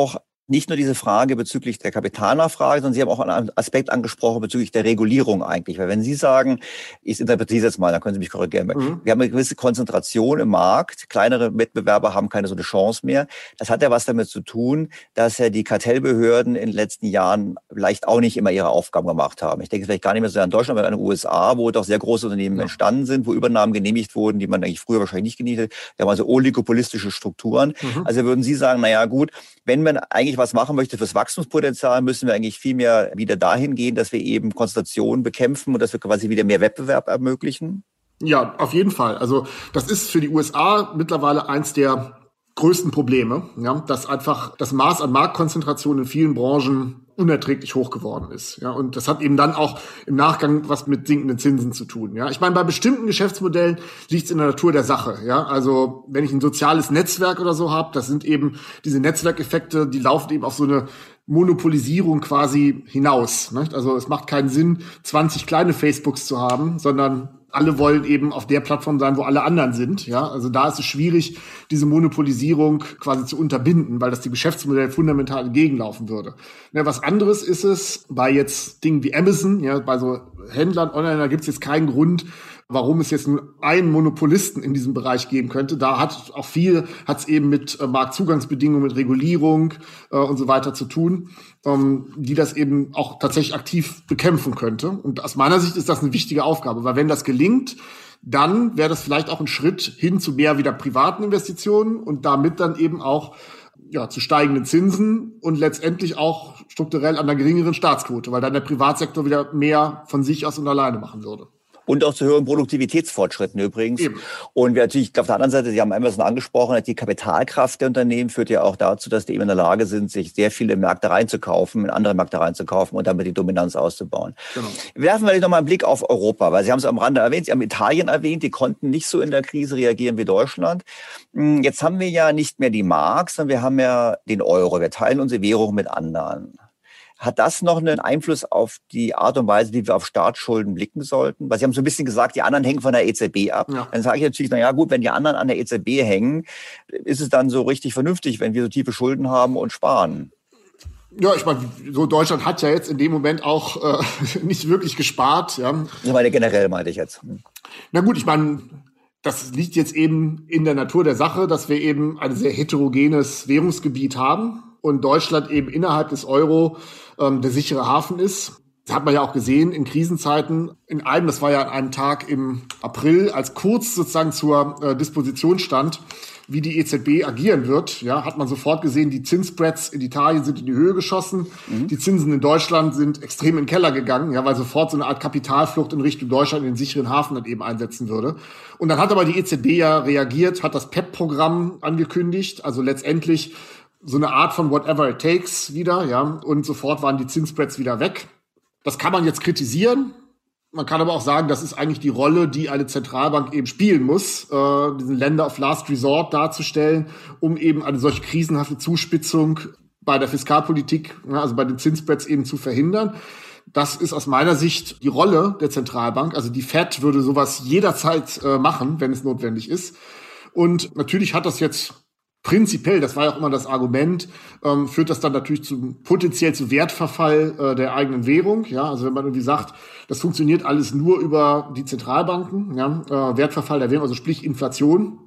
nicht nur diese Frage bezüglich der Kapitalnachfrage, sondern Sie haben auch einen Aspekt angesprochen bezüglich der Regulierung eigentlich. Weil wenn Sie sagen, ich interpretiere es jetzt mal, dann können Sie mich korrigieren, mhm. wir haben eine gewisse Konzentration im Markt, kleinere Wettbewerber haben keine so eine Chance mehr. Das hat ja was damit zu tun, dass ja die Kartellbehörden in den letzten Jahren vielleicht auch nicht immer ihre Aufgaben gemacht haben. Ich denke vielleicht gar nicht mehr so an Deutschland, aber an den U S A, wo doch sehr große Unternehmen ja. entstanden sind, wo Übernahmen genehmigt wurden, die man eigentlich früher wahrscheinlich nicht genehmigt hat. Da haben also oligopolistische Strukturen. Mhm. Also würden Sie sagen, naja gut, wenn man eigentlich was machen möchte fürs Wachstumspotenzial, müssen wir eigentlich viel mehr wieder dahin gehen, dass wir eben Konzentration bekämpfen und dass wir quasi wieder mehr Wettbewerb ermöglichen? Ja, auf jeden Fall. Also das ist für die U S A mittlerweile eins der größten Probleme, ja, dass einfach das Maß an Marktkonzentration in vielen Branchen unerträglich hoch geworden ist. Ja, und das hat eben dann auch im Nachgang was mit sinkenden Zinsen zu tun. Ja, ich meine, bei bestimmten Geschäftsmodellen liegt es in der Natur der Sache. Ja, also wenn ich ein soziales Netzwerk oder so habe, das sind eben diese Netzwerkeffekte, die laufen eben auf so eine Monopolisierung quasi hinaus. Nicht? Also es macht keinen Sinn, zwanzig kleine Facebooks zu haben, sondern alle wollen eben auf der Plattform sein, wo alle anderen sind. Ja, also da ist es schwierig, diese Monopolisierung quasi zu unterbinden, weil das die Geschäftsmodelle fundamental entgegenlaufen würde. Ja, was anderes ist es bei jetzt Dingen wie Amazon, ja, bei so Händlern online, da gibt es jetzt keinen Grund, warum es jetzt nur einen Monopolisten in diesem Bereich geben könnte. Da hat auch viel, hat es eben mit äh, Marktzugangsbedingungen, mit Regulierung äh, und so weiter zu tun, ähm, die das eben auch tatsächlich aktiv bekämpfen könnte. Und aus meiner Sicht ist das eine wichtige Aufgabe, weil wenn das gelingt, dann wäre das vielleicht auch ein Schritt hin zu mehr wieder privaten Investitionen und damit dann eben auch ja, zu steigenden Zinsen und letztendlich auch strukturell an einer geringeren Staatsquote, weil dann der Privatsektor wieder mehr von sich aus und alleine machen würde. Und auch zu höheren Produktivitätsfortschritten übrigens. Eben. Und wir natürlich auf der anderen Seite, Sie haben Amazon angesprochen, die Kapitalkraft der Unternehmen führt ja auch dazu, dass die eben in der Lage sind, sich sehr viele Märkte reinzukaufen, in andere Märkte reinzukaufen und damit die Dominanz auszubauen. Genau. Wir werfen vielleicht noch mal einen Blick auf Europa, weil Sie haben es am Rande erwähnt, Sie haben Italien erwähnt, die konnten nicht so in der Krise reagieren wie Deutschland. Jetzt haben wir ja nicht mehr die Mark, sondern wir haben ja den Euro. Wir teilen unsere Währung mit anderen. Hat das noch einen Einfluss auf die Art und Weise, wie wir auf Staatsschulden blicken sollten? Weil Sie haben so ein bisschen gesagt, die anderen hängen von der E Z B ab. Ja. Dann sage ich natürlich, na ja, gut, wenn die anderen an der E Z B hängen, ist es dann so richtig vernünftig, wenn wir so tiefe Schulden haben und sparen? Ja, ich meine, so Deutschland hat ja jetzt in dem Moment auch äh, nicht wirklich gespart. Ja. Ich meine, generell meinte ich jetzt. Hm. Na gut, ich meine, das liegt jetzt eben in der Natur der Sache, dass wir eben ein sehr heterogenes Währungsgebiet haben und Deutschland eben innerhalb des Euro ähm, der sichere Hafen ist. Das hat man ja auch gesehen in Krisenzeiten. In einem, das war ja an einem Tag im April, als kurz sozusagen zur äh, Disposition stand, wie die E Z B agieren wird, ja, hat man sofort gesehen, die Zinsspreads in Italien sind in die Höhe geschossen. Mhm. Die Zinsen in Deutschland sind extrem in den Keller gegangen, ja, weil sofort so eine Art Kapitalflucht in Richtung Deutschland in den sicheren Hafen dann eben einsetzen würde. Und dann hat aber die E Z B ja reagiert, hat das P E P-Programm angekündigt, also letztendlich so eine Art von whatever it takes wieder, ja, und sofort waren die Zinsspreads wieder weg. Das kann man jetzt kritisieren. Man kann aber auch sagen, das ist eigentlich die Rolle, die eine Zentralbank eben spielen muss, äh, diesen Länder of Last Resort darzustellen, um eben eine solche krisenhafte Zuspitzung bei der Fiskalpolitik, ja, also bei den Zinsspreads eben zu verhindern. Das ist aus meiner Sicht die Rolle der Zentralbank. Also die Fed würde sowas jederzeit äh, machen, wenn es notwendig ist. Und natürlich hat das jetzt prinzipiell, das war ja auch immer das Argument, ähm, führt das dann natürlich zu potenziell zu Wertverfall äh, der eigenen Währung. Ja, also wenn man irgendwie sagt, das funktioniert alles nur über die Zentralbanken, ja, äh, Wertverfall der Währung, also sprich Inflation.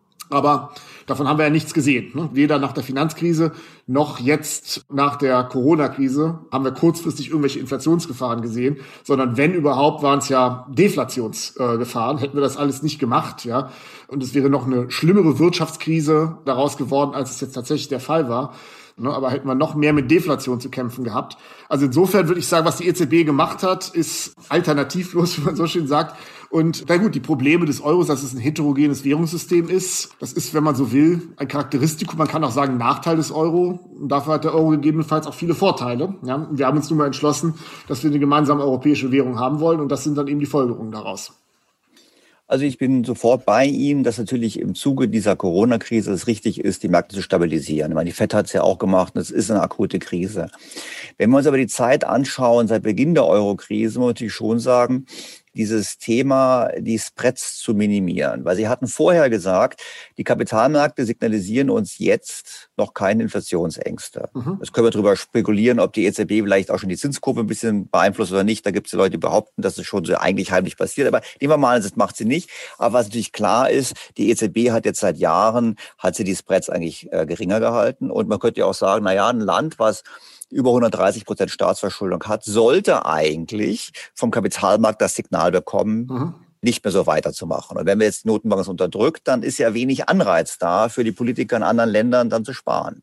Aber davon haben wir ja nichts gesehen. Ne? Weder nach der Finanzkrise noch jetzt nach der Corona-Krise haben wir kurzfristig irgendwelche Inflationsgefahren gesehen, sondern wenn überhaupt, waren es ja Deflationsgefahren. Äh, Hätten wir das alles nicht gemacht, ja, und es wäre noch eine schlimmere Wirtschaftskrise daraus geworden, als es jetzt tatsächlich der Fall war. Ne, aber hätten wir noch mehr mit Deflation zu kämpfen gehabt. Also insofern würde ich sagen, was die E Z B gemacht hat, ist alternativlos, wie man so schön sagt. Und na gut, die Probleme des Euros, dass es ein heterogenes Währungssystem ist, das ist, wenn man so will, ein Charakteristikum. Man kann auch sagen, Nachteil des Euro. Und dafür hat der Euro gegebenenfalls auch viele Vorteile. Ja, und wir haben uns nun mal entschlossen, dass wir eine gemeinsame europäische Währung haben wollen. Und das sind dann eben die Folgerungen daraus. Also ich bin sofort bei Ihnen, dass natürlich im Zuge dieser Corona-Krise es richtig ist, die Märkte zu stabilisieren. Ich meine, die Fed hat es ja auch gemacht und es ist eine akute Krise. Wenn wir uns aber die Zeit anschauen, seit Beginn der Euro-Krise, muss man natürlich schon sagen, dieses Thema, die Spreads zu minimieren. Weil Sie hatten vorher gesagt, die Kapitalmärkte signalisieren uns jetzt noch keine Inflationsängste. Mhm. Jetzt können wir darüber spekulieren, ob die E Z B vielleicht auch schon die Zinskurve ein bisschen beeinflusst oder nicht. Da gibt es Leute, die behaupten, dass es schon so eigentlich heimlich passiert. Aber nehmen wir mal an, das macht sie nicht. Aber was natürlich klar ist, die E Z B hat jetzt seit Jahren, hat sie die Spreads eigentlich äh, geringer gehalten. Und man könnte ja auch sagen, na ja, ein Land, was über hundertdreißig Prozent Staatsverschuldung hat, sollte eigentlich vom Kapitalmarkt das Signal bekommen, mhm. nicht mehr so weiterzumachen. Und wenn wir jetzt die Notenbank unterdrückt, dann ist ja wenig Anreiz da, für die Politiker in anderen Ländern dann zu sparen.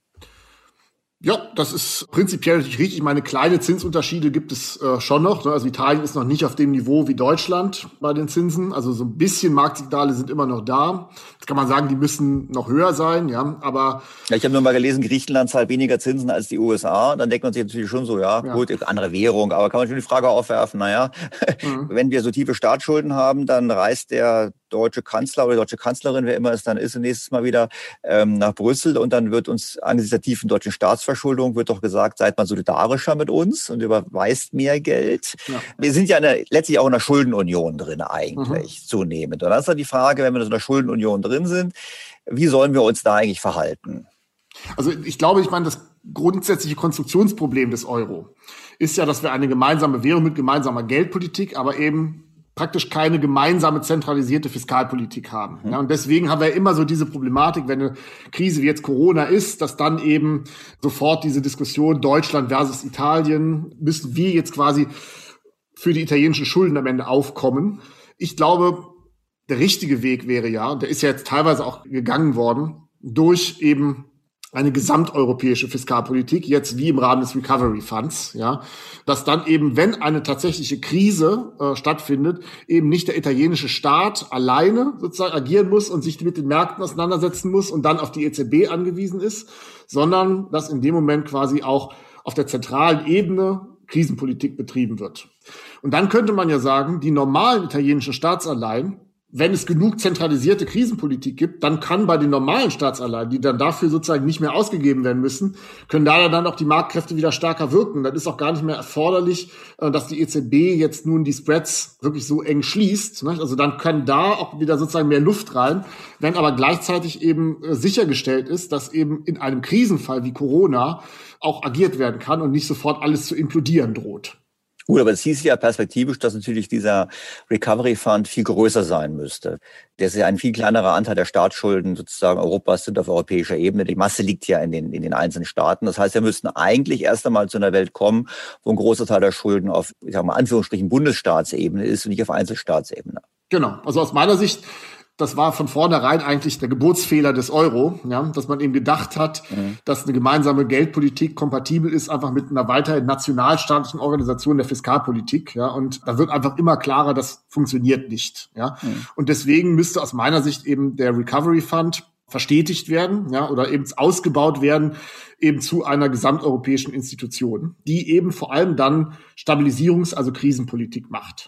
Ja, das ist prinzipiell natürlich richtig. Ich meine, kleine Zinsunterschiede gibt es äh, schon noch. Ne? Also Italien ist noch nicht auf dem Niveau wie Deutschland bei den Zinsen. Also so ein bisschen Marktsignale sind immer noch da. Jetzt kann man sagen, die müssen noch höher sein, ja. Aber ja, ich habe nur mal gelesen, Griechenland zahlt weniger Zinsen als die U S A. Dann denkt man sich natürlich schon so, ja, ja. gut, andere Währung. Aber kann man schon die Frage aufwerfen, naja, mhm. wenn wir so tiefe Staatsschulden haben, dann reist der deutsche Kanzler oder die deutsche Kanzlerin, wer immer es dann ist, nächstes Mal wieder ähm, nach Brüssel und dann wird uns angesichts der tiefen deutschen Staatsverschuldung wird doch gesagt, seid mal solidarischer mit uns und überweist mehr Geld. Ja. Wir sind ja eine, letztlich auch in einer Schuldenunion drin eigentlich, mhm. zunehmend. Und dann ist dann die Frage, wenn wir in einer Schuldenunion drin sind, wie sollen wir uns da eigentlich verhalten? Also ich glaube, ich meine, das grundsätzliche Konstruktionsproblem des Euro ist ja, dass wir eine gemeinsame Währung mit gemeinsamer Geldpolitik, aber eben praktisch keine gemeinsame zentralisierte Fiskalpolitik haben. Mhm. Ja, und deswegen haben wir immer so diese Problematik, wenn eine Krise wie jetzt Corona ist, dass dann eben sofort diese Diskussion Deutschland versus Italien, müssen wir jetzt quasi für die italienischen Schulden am Ende aufkommen. Ich glaube, der richtige Weg wäre ja, und der ist ja jetzt teilweise auch gegangen worden, durch eben eine gesamteuropäische Fiskalpolitik, jetzt wie im Rahmen des Recovery Funds, ja, dass dann eben, wenn eine tatsächliche Krise äh, stattfindet, eben nicht der italienische Staat alleine sozusagen agieren muss und sich mit den Märkten auseinandersetzen muss und dann auf die E Z B angewiesen ist, sondern dass in dem Moment quasi auch auf der zentralen Ebene Krisenpolitik betrieben wird. Und dann könnte man ja sagen, die normalen italienischen Staatsanleihen, wenn es genug zentralisierte Krisenpolitik gibt, dann kann bei den normalen Staatsanleihen, die dann dafür sozusagen nicht mehr ausgegeben werden müssen, können da dann auch die Marktkräfte wieder stärker wirken. Dann ist auch gar nicht mehr erforderlich, dass die E Z B jetzt nun die Spreads wirklich so eng schließt. Also dann kann da auch wieder sozusagen mehr Luft rein, wenn aber gleichzeitig eben sichergestellt ist, dass eben in einem Krisenfall wie Corona auch agiert werden kann und nicht sofort alles zu implodieren droht. Gut, aber es hieß ja perspektivisch, dass natürlich dieser Recovery Fund viel größer sein müsste. Das ist ja ein viel kleinerer Anteil der Staatsschulden sozusagen Europas sind auf europäischer Ebene. Die Masse liegt ja in den, in den einzelnen Staaten. Das heißt, wir müssten eigentlich erst einmal zu einer Welt kommen, wo ein großer Teil der Schulden auf, ich sag mal, Anführungsstrichen Bundesstaatsebene ist und nicht auf Einzelstaatsebene. Genau. Also aus meiner Sicht, das war von vornherein eigentlich der Geburtsfehler des Euro, ja, dass man eben gedacht hat, mhm. dass eine gemeinsame Geldpolitik kompatibel ist einfach mit einer weiterhin nationalstaatlichen Organisation der Fiskalpolitik, ja, und da wird einfach immer klarer, das funktioniert nicht, ja. Mhm. Und deswegen müsste aus meiner Sicht eben der Recovery Fund verstetigt werden, ja, oder eben ausgebaut werden, eben zu einer gesamteuropäischen Institution, die eben vor allem dann Stabilisierungs-, also Krisenpolitik macht.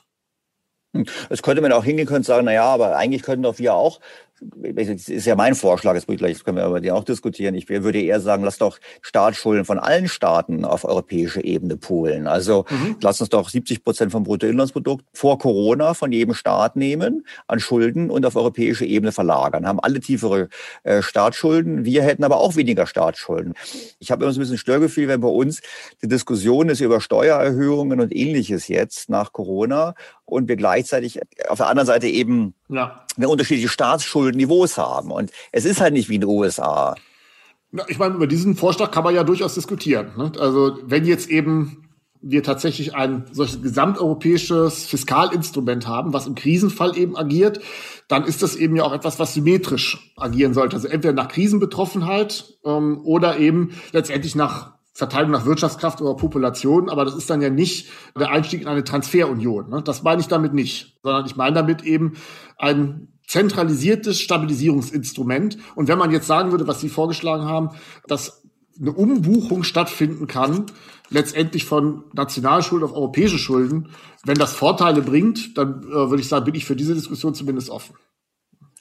Es könnte man auch hingehen können und sagen, na ja, aber eigentlich könnten doch wir auch, das ist ja mein Vorschlag, jetzt gleich können wir über den auch diskutieren. Ich würde eher sagen, lass doch Staatsschulden von allen Staaten auf europäischer Ebene poolen. Also mhm. lass uns doch siebzig Prozent vom Bruttoinlandsprodukt vor Corona von jedem Staat nehmen an Schulden und auf europäischer Ebene verlagern. Haben alle tiefere äh, Staatsschulden. Wir hätten aber auch weniger Staatsschulden. Ich habe immer so ein bisschen Störgefühl, wenn bei uns die Diskussion ist über Steuererhöhungen und Ähnliches jetzt nach Corona und wir gleichzeitig auf der anderen Seite eben ja. wir unterschiedliche Staatsschuldenniveaus haben. Und es ist halt nicht wie in den U S A. Na, ich meine, über diesen Vorschlag kann man ja durchaus diskutieren. Ne? Also wenn jetzt eben wir tatsächlich ein solches gesamteuropäisches Fiskalinstrument haben, was im Krisenfall eben agiert, dann ist das eben ja auch etwas, was symmetrisch agieren sollte. Also entweder nach Krisenbetroffenheit ähm, oder eben letztendlich nach Verteilung nach Wirtschaftskraft oder Population, aber das ist dann ja nicht der Einstieg in eine Transferunion. Ne? Das meine ich damit nicht, sondern ich meine damit eben ein zentralisiertes Stabilisierungsinstrument. Und wenn man jetzt sagen würde, was Sie vorgeschlagen haben, dass eine Umbuchung stattfinden kann, letztendlich von Nationalschulden auf europäische Schulden, wenn das Vorteile bringt, dann äh, würde ich sagen, bin ich für diese Diskussion zumindest offen.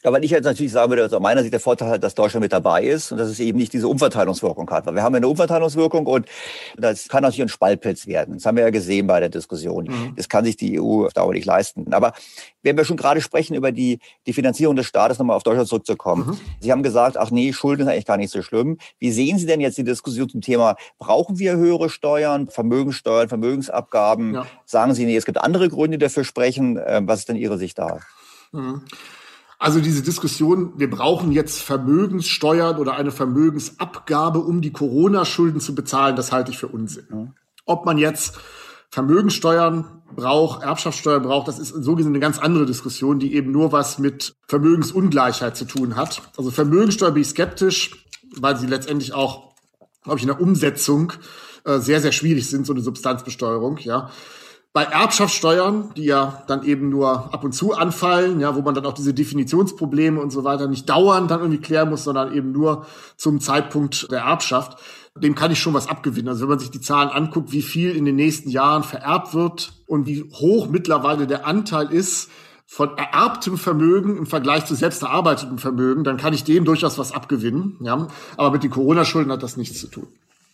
Ja, weil ich jetzt natürlich sagen würde, also aus meiner Sicht der Vorteil halt, dass Deutschland mit dabei ist und dass es eben nicht diese Umverteilungswirkung hat. Weil wir haben ja eine Umverteilungswirkung und das kann natürlich ein Spaltpilz werden. Das haben wir ja gesehen bei der Diskussion. Mhm. Das kann sich die E U auf Dauer nicht leisten. Aber wenn wir schon gerade sprechen über die, die Finanzierung des Staates, nochmal auf Deutschland zurückzukommen. Mhm. Sie haben gesagt, ach nee, Schulden sind eigentlich gar nicht so schlimm. Wie sehen Sie denn jetzt die Diskussion zum Thema, brauchen wir höhere Steuern, Vermögenssteuern, Vermögensabgaben? Ja. Sagen Sie, nee, es gibt andere Gründe, die dafür sprechen. Was ist denn Ihre Sicht da? Mhm. Also diese Diskussion, wir brauchen jetzt Vermögenssteuern oder eine Vermögensabgabe, um die Corona-Schulden zu bezahlen, das halte ich für Unsinn. Ja. Ob man jetzt Vermögenssteuern braucht, Erbschaftssteuern braucht, das ist so gesehen eine ganz andere Diskussion, die eben nur was mit Vermögensungleichheit zu tun hat. Also Vermögenssteuer bin ich skeptisch, weil sie letztendlich auch, glaube ich, in der Umsetzung äh, sehr, sehr schwierig sind, so eine Substanzbesteuerung, ja. Bei Erbschaftssteuern, die ja dann eben nur ab und zu anfallen, ja, wo man dann auch diese Definitionsprobleme und so weiter nicht dauernd dann irgendwie klären muss, sondern eben nur zum Zeitpunkt der Erbschaft, dem kann ich schon was abgewinnen. Also wenn man sich die Zahlen anguckt, wie viel in den nächsten Jahren vererbt wird und wie hoch mittlerweile der Anteil ist von ererbtem Vermögen im Vergleich zu selbst erarbeitetem Vermögen, dann kann ich dem durchaus was abgewinnen. Ja. Aber mit den Corona-Schulden hat das nichts zu tun.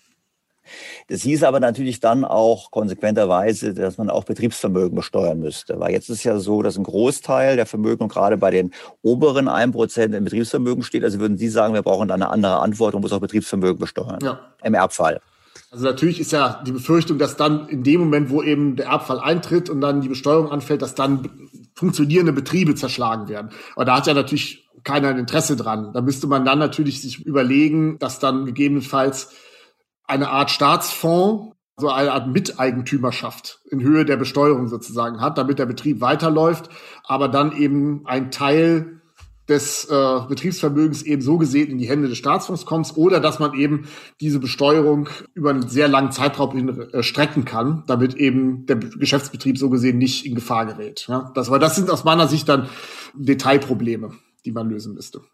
Das hieß aber natürlich dann auch konsequenterweise, dass man auch Betriebsvermögen besteuern müsste. Weil jetzt ist es ja so, dass ein Großteil der Vermögen gerade bei den oberen ein Prozent im Betriebsvermögen steht. Also würden Sie sagen, wir brauchen da eine andere Antwort und muss auch Betriebsvermögen besteuern. Ja. Im Erbfall. Also natürlich ist ja die Befürchtung, dass dann in dem Moment, wo eben der Erbfall eintritt und dann die Besteuerung anfällt, dass dann funktionierende Betriebe zerschlagen werden. Aber da hat ja natürlich keiner ein Interesse dran. Da müsste man dann natürlich sich überlegen, dass dann gegebenenfalls eine Art Staatsfonds, so eine Art Miteigentümerschaft in Höhe der Besteuerung sozusagen hat, damit der Betrieb weiterläuft, aber dann eben ein Teil des äh, Betriebsvermögens eben so gesehen in die Hände des Staatsfonds kommt oder dass man eben diese Besteuerung über einen sehr langen Zeitraum hin äh, strecken kann, damit eben der Geschäftsbetrieb so gesehen nicht in Gefahr gerät. Ja, das, aber das sind aus meiner Sicht dann Detailprobleme, die man lösen müsste.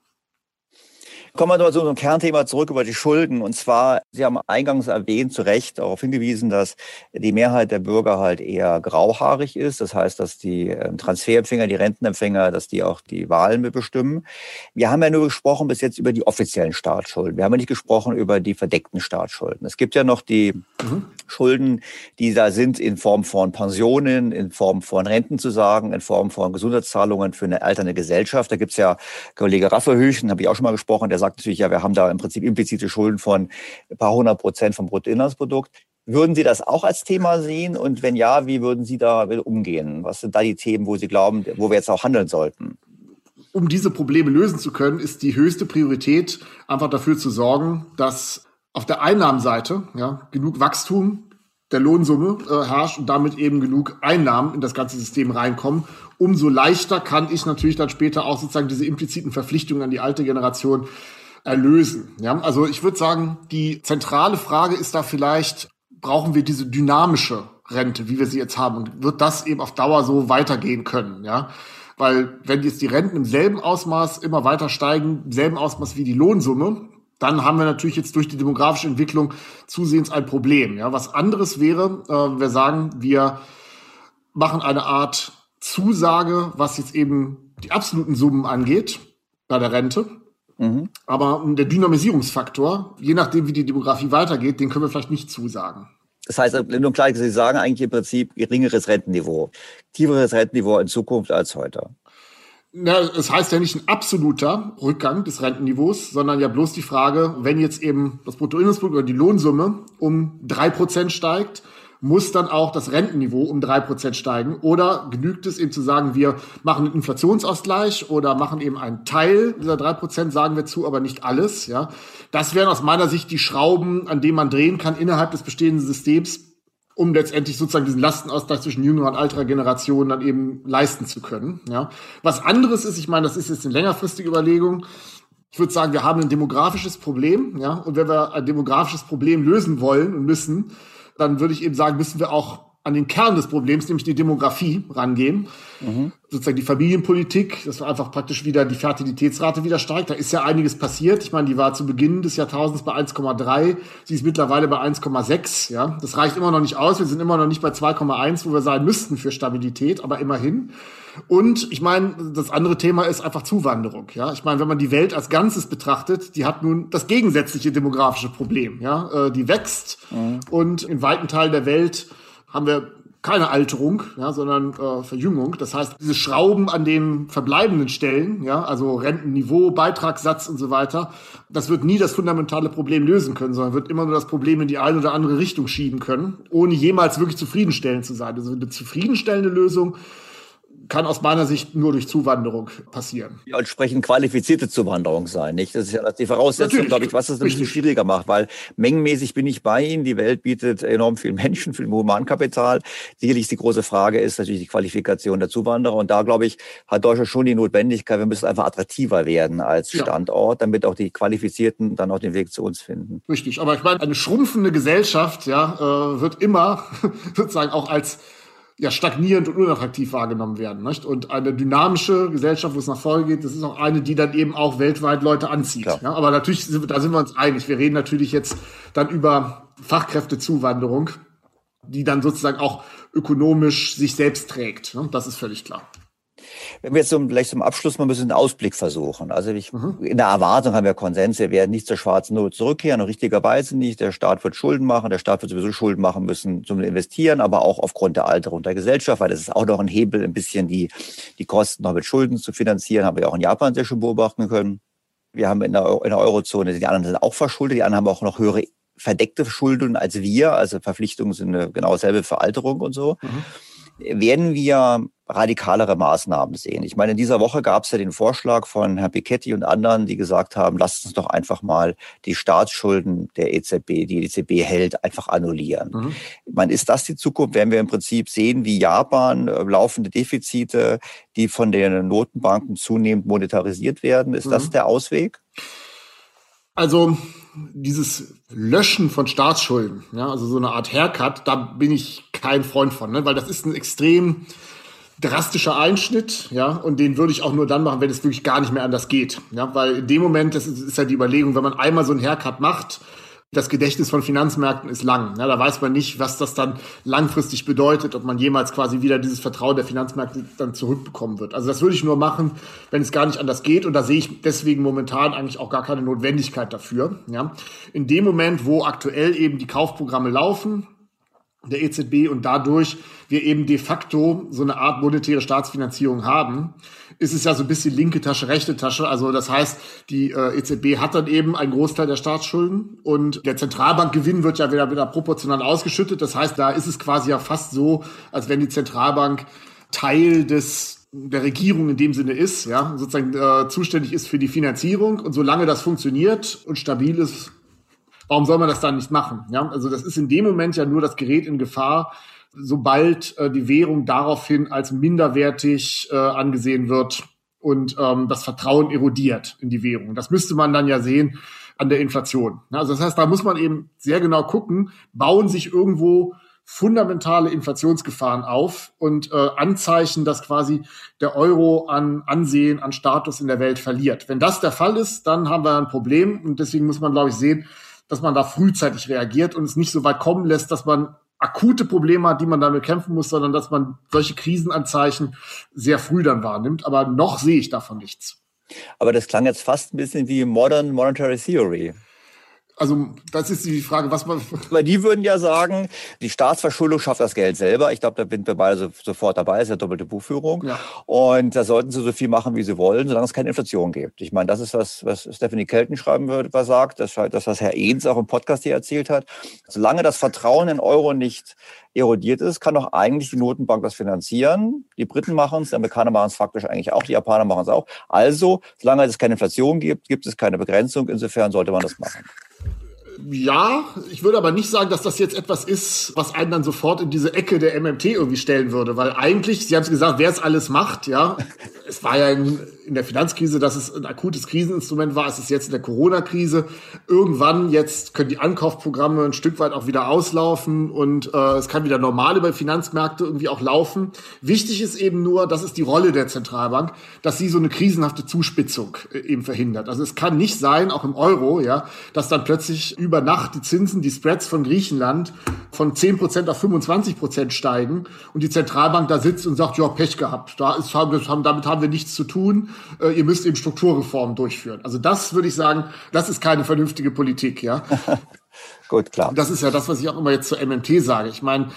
Kommen wir mal zu unserem Kernthema zurück über die Schulden. Und zwar, Sie haben eingangs erwähnt, zu Recht darauf hingewiesen, dass die Mehrheit der Bürger halt eher grauhaarig ist. Das heißt, dass die Transferempfänger, die Rentenempfänger, dass die auch die Wahlen bestimmen. Wir haben ja nur gesprochen bis jetzt über die offiziellen Staatsschulden. Wir haben ja nicht gesprochen über die verdeckten Staatsschulden. Es gibt ja noch die mhm. Schulden, die da sind in Form von Pensionen, in Form von Rentenzusagen, in Form von Gesundheitszahlungen für eine alternde Gesellschaft. Da gibt es ja Kollege Raffelhüchen, habe ich auch schon mal gesprochen, der sagt natürlich, ja, wir haben da im Prinzip implizite Schulden von ein paar hundert Prozent vom Bruttoinlandsprodukt. Würden Sie das auch als Thema sehen? Und wenn ja, wie würden Sie da umgehen? Was sind da die Themen, wo Sie glauben, wo wir jetzt auch handeln sollten? Um diese Probleme lösen zu können, ist die höchste Priorität, einfach dafür zu sorgen, dass auf der Einnahmenseite ja, genug Wachstum der Lohnsumme äh, herrscht und damit eben genug Einnahmen in das ganze System reinkommen. Umso leichter kann ich natürlich dann später auch sozusagen diese impliziten Verpflichtungen an die alte Generation erlösen. Ja, also ich würde sagen, die zentrale Frage ist da vielleicht, brauchen wir diese dynamische Rente, wie wir sie jetzt haben? Und wird das eben auf Dauer so weitergehen können? Ja, weil wenn jetzt die Renten im selben Ausmaß immer weiter steigen, im selben Ausmaß wie die Lohnsumme, dann haben wir natürlich jetzt durch die demografische Entwicklung zusehends ein Problem. Ja, was anderes wäre, äh, wir sagen, wir machen eine Art Zusage, was jetzt eben die absoluten Summen angeht bei der Rente. Mhm. Aber der Dynamisierungsfaktor, je nachdem, wie die Demografie weitergeht, den können wir vielleicht nicht zusagen. Das heißt, nur klar, Sie sagen eigentlich im Prinzip geringeres Rentenniveau, tieferes Rentenniveau in Zukunft als heute. Na, es heißt ja nicht ein absoluter Rückgang des Rentenniveaus, sondern ja bloß die Frage, wenn jetzt eben das Bruttoinlandsprodukt oder die Lohnsumme um drei Prozent steigt, muss dann auch das Rentenniveau um drei Prozent steigen? Oder genügt es eben zu sagen, wir machen einen Inflationsausgleich oder machen eben einen Teil dieser drei Prozent, sagen wir zu, aber nicht alles. Ja, das wären aus meiner Sicht die Schrauben, an denen man drehen kann innerhalb des bestehenden Systems, um letztendlich sozusagen diesen Lastenausgleich zwischen jüngerer und alterer Generation dann eben leisten zu können. Ja. Was anderes ist, ich meine, das ist jetzt eine längerfristige Überlegung. Ich würde sagen, wir haben ein demografisches Problem, ja, und wenn wir ein demografisches Problem lösen wollen und müssen, dann würde ich eben sagen, müssen wir auch an den Kern des Problems, nämlich die Demografie, rangehen. Mhm. Sozusagen die Familienpolitik, dass einfach praktisch wieder die Fertilitätsrate wieder steigt. Da ist ja einiges passiert. Ich meine, die war zu Beginn des Jahrtausends bei eins Komma drei. Sie ist mittlerweile bei eins Komma sechs. Ja, das reicht immer noch nicht aus. Wir sind immer noch nicht bei zwei Komma eins, wo wir sein müssten für Stabilität, aber immerhin. Und ich meine, das andere Thema ist einfach Zuwanderung. Ja, ich meine, wenn man die Welt als Ganzes betrachtet, die hat nun das gegensätzliche demografische Problem. Ja, die wächst mhm. und in weiten Teilen der Welt haben wir keine Alterung, ja, sondern äh, Verjüngung. Das heißt, diese Schrauben an den verbleibenden Stellen, ja, also Rentenniveau, Beitragssatz und so weiter, das wird nie das fundamentale Problem lösen können, sondern wird immer nur das Problem in die eine oder andere Richtung schieben können, ohne jemals wirklich zufriedenstellend zu sein. Also eine zufriedenstellende Lösung kann aus meiner Sicht nur durch Zuwanderung passieren. Ja, entsprechend qualifizierte Zuwanderung sein, nicht? Das ist ja die Voraussetzung, glaube ich, was es ein bisschen schwieriger macht, weil mengenmäßig bin ich bei Ihnen. Die Welt bietet enorm viel Menschen, viel Humankapital. Sicherlich die große Frage ist natürlich die Qualifikation der Zuwanderer. Und da, glaube ich, hat Deutschland schon die Notwendigkeit, wir müssen einfach attraktiver werden als Standort, ja, damit auch die Qualifizierten dann auch den Weg zu uns finden. Richtig. Aber ich meine, eine schrumpfende Gesellschaft, ja, äh, wird immer sozusagen auch als ja stagnierend und unattraktiv wahrgenommen werden, nicht? Und eine dynamische Gesellschaft, wo es nach vorne geht, das ist auch eine, die dann eben auch weltweit Leute anzieht. Ja, aber natürlich, sind wir, da sind wir uns einig. Wir reden natürlich jetzt dann über Fachkräftezuwanderung, die dann sozusagen auch ökonomisch sich selbst trägt. Ne? Das ist völlig klar. Wenn wir jetzt zum, vielleicht zum Abschluss mal ein bisschen einen Ausblick versuchen. Also ich, mhm. in der Erwartung haben wir Konsens, wir werden nicht zur schwarzen Null zurückkehren, und richtigerweise nicht. Der Staat wird Schulden machen, der Staat wird sowieso Schulden machen müssen zum Investieren, aber auch aufgrund der Alterung der Gesellschaft, weil das ist auch noch ein Hebel, ein bisschen die, die Kosten noch mit Schulden zu finanzieren, haben wir auch in Japan sehr schön beobachten können. Wir haben in der, in der Eurozone, die anderen sind auch verschuldet, die anderen haben auch noch höhere verdeckte Schulden als wir, also Verpflichtungen sind eine genau selbe Veralterung und so. Mhm. Werden wir radikalere Maßnahmen sehen. Ich meine, in dieser Woche gab es ja den Vorschlag von Herrn Piketty und anderen, die gesagt haben, lasst uns doch einfach mal die Staatsschulden der E Z B, die die E Z B hält, einfach annullieren. Mhm. Ich meine, ist das die Zukunft? Werden wir im Prinzip sehen, wie Japan äh, laufende Defizite, die von den Notenbanken zunehmend monetarisiert werden? Ist mhm. das der Ausweg? Also dieses Löschen von Staatsschulden, ja, also so eine Art Haircut, da bin ich kein Freund von, ne? Weil das ist ein extrem drastischer Einschnitt, ja, und den würde ich auch nur dann machen, wenn es wirklich gar nicht mehr anders geht, ja, weil in dem Moment, das ist, ist ja die Überlegung, wenn man einmal so einen Haircut macht, das Gedächtnis von Finanzmärkten ist lang, ja, da weiß man nicht, was das dann langfristig bedeutet, ob man jemals quasi wieder dieses Vertrauen der Finanzmärkte dann zurückbekommen wird. Also das würde ich nur machen, wenn es gar nicht anders geht, und da sehe ich deswegen momentan eigentlich auch gar keine Notwendigkeit dafür, ja. In dem Moment, wo aktuell eben die Kaufprogramme laufen, der E Z B, und dadurch wir eben de facto so eine Art monetäre Staatsfinanzierung haben, ist es ja so ein bisschen linke Tasche, rechte Tasche. Also das heißt, die äh, E Z B hat dann eben einen Großteil der Staatsschulden, und der Zentralbankgewinn wird ja wieder, wieder proportional ausgeschüttet. Das heißt, da ist es quasi ja fast so, als wenn die Zentralbank Teil des der Regierung in dem Sinne ist, ja, sozusagen äh, zuständig ist für die Finanzierung. Und solange das funktioniert und stabil ist, warum soll man das dann nicht machen? Ja, also das ist in dem Moment ja nur das Gerät in Gefahr, sobald äh, die Währung daraufhin als minderwertig äh, angesehen wird und ähm, das Vertrauen erodiert in die Währung. Das müsste man dann ja sehen an der Inflation. Ja, also das heißt, da muss man eben sehr genau gucken, bauen sich irgendwo fundamentale Inflationsgefahren auf und äh, Anzeichen, dass quasi der Euro an Ansehen, an Status in der Welt verliert. Wenn das der Fall ist, dann haben wir ein Problem, und deswegen muss man, glaube ich, sehen, dass man da frühzeitig reagiert und es nicht so weit kommen lässt, dass man akute Probleme hat, die man damit kämpfen muss, sondern dass man solche Krisenanzeichen sehr früh dann wahrnimmt. Aber noch sehe ich davon nichts. Aber das klang jetzt fast ein bisschen wie Modern Monetary Theory. Also das ist die Frage, was man... Weil die würden ja sagen, die Staatsverschuldung schafft das Geld selber. Ich glaube, da sind wir beide so, sofort dabei, ist ja doppelte Buchführung. Ja. Und da sollten sie so viel machen, wie sie wollen, solange es keine Inflation gibt. Ich meine, das ist was, was Stephanie Kelton schreiben würde, was sagt, das, das was Herr Ehns auch im Podcast hier erzählt hat. Solange das Vertrauen in Euro nicht erodiert ist, kann doch eigentlich die Notenbank das finanzieren. Die Briten machen es, die Amerikaner machen es faktisch eigentlich auch, die Japaner machen es auch. Also, solange es keine Inflation gibt, gibt es keine Begrenzung. Insofern sollte man das machen. Ja, ich würde aber nicht sagen, dass das jetzt etwas ist, was einen dann sofort in diese Ecke der M M T irgendwie stellen würde, weil eigentlich, Sie haben es gesagt, wer es alles macht, ja, es war ja in, in der Finanzkrise, dass es ein akutes Kriseninstrument war. Es ist jetzt in der Corona-Krise. Irgendwann jetzt können die Ankaufprogramme ein Stück weit auch wieder auslaufen und äh, es kann wieder normal über Finanzmärkte irgendwie auch laufen. Wichtig ist eben nur, das ist die Rolle der Zentralbank, dass sie so eine krisenhafte Zuspitzung äh, eben verhindert. Also es kann nicht sein, auch im Euro, ja, dass dann plötzlich über Nacht die Zinsen, die Spreads von Griechenland von zehn Prozent auf fünfundzwanzig Prozent steigen und die Zentralbank da sitzt und sagt, ja, Pech gehabt. Da ist, haben, damit haben wir nichts zu tun. Äh, ihr müsst eben Strukturreformen durchführen. Also das würde ich sagen, das ist keine vernünftige Politik, ja. Gut, klar. Das ist ja das, was ich auch immer jetzt zur M M T sage. Ich meine,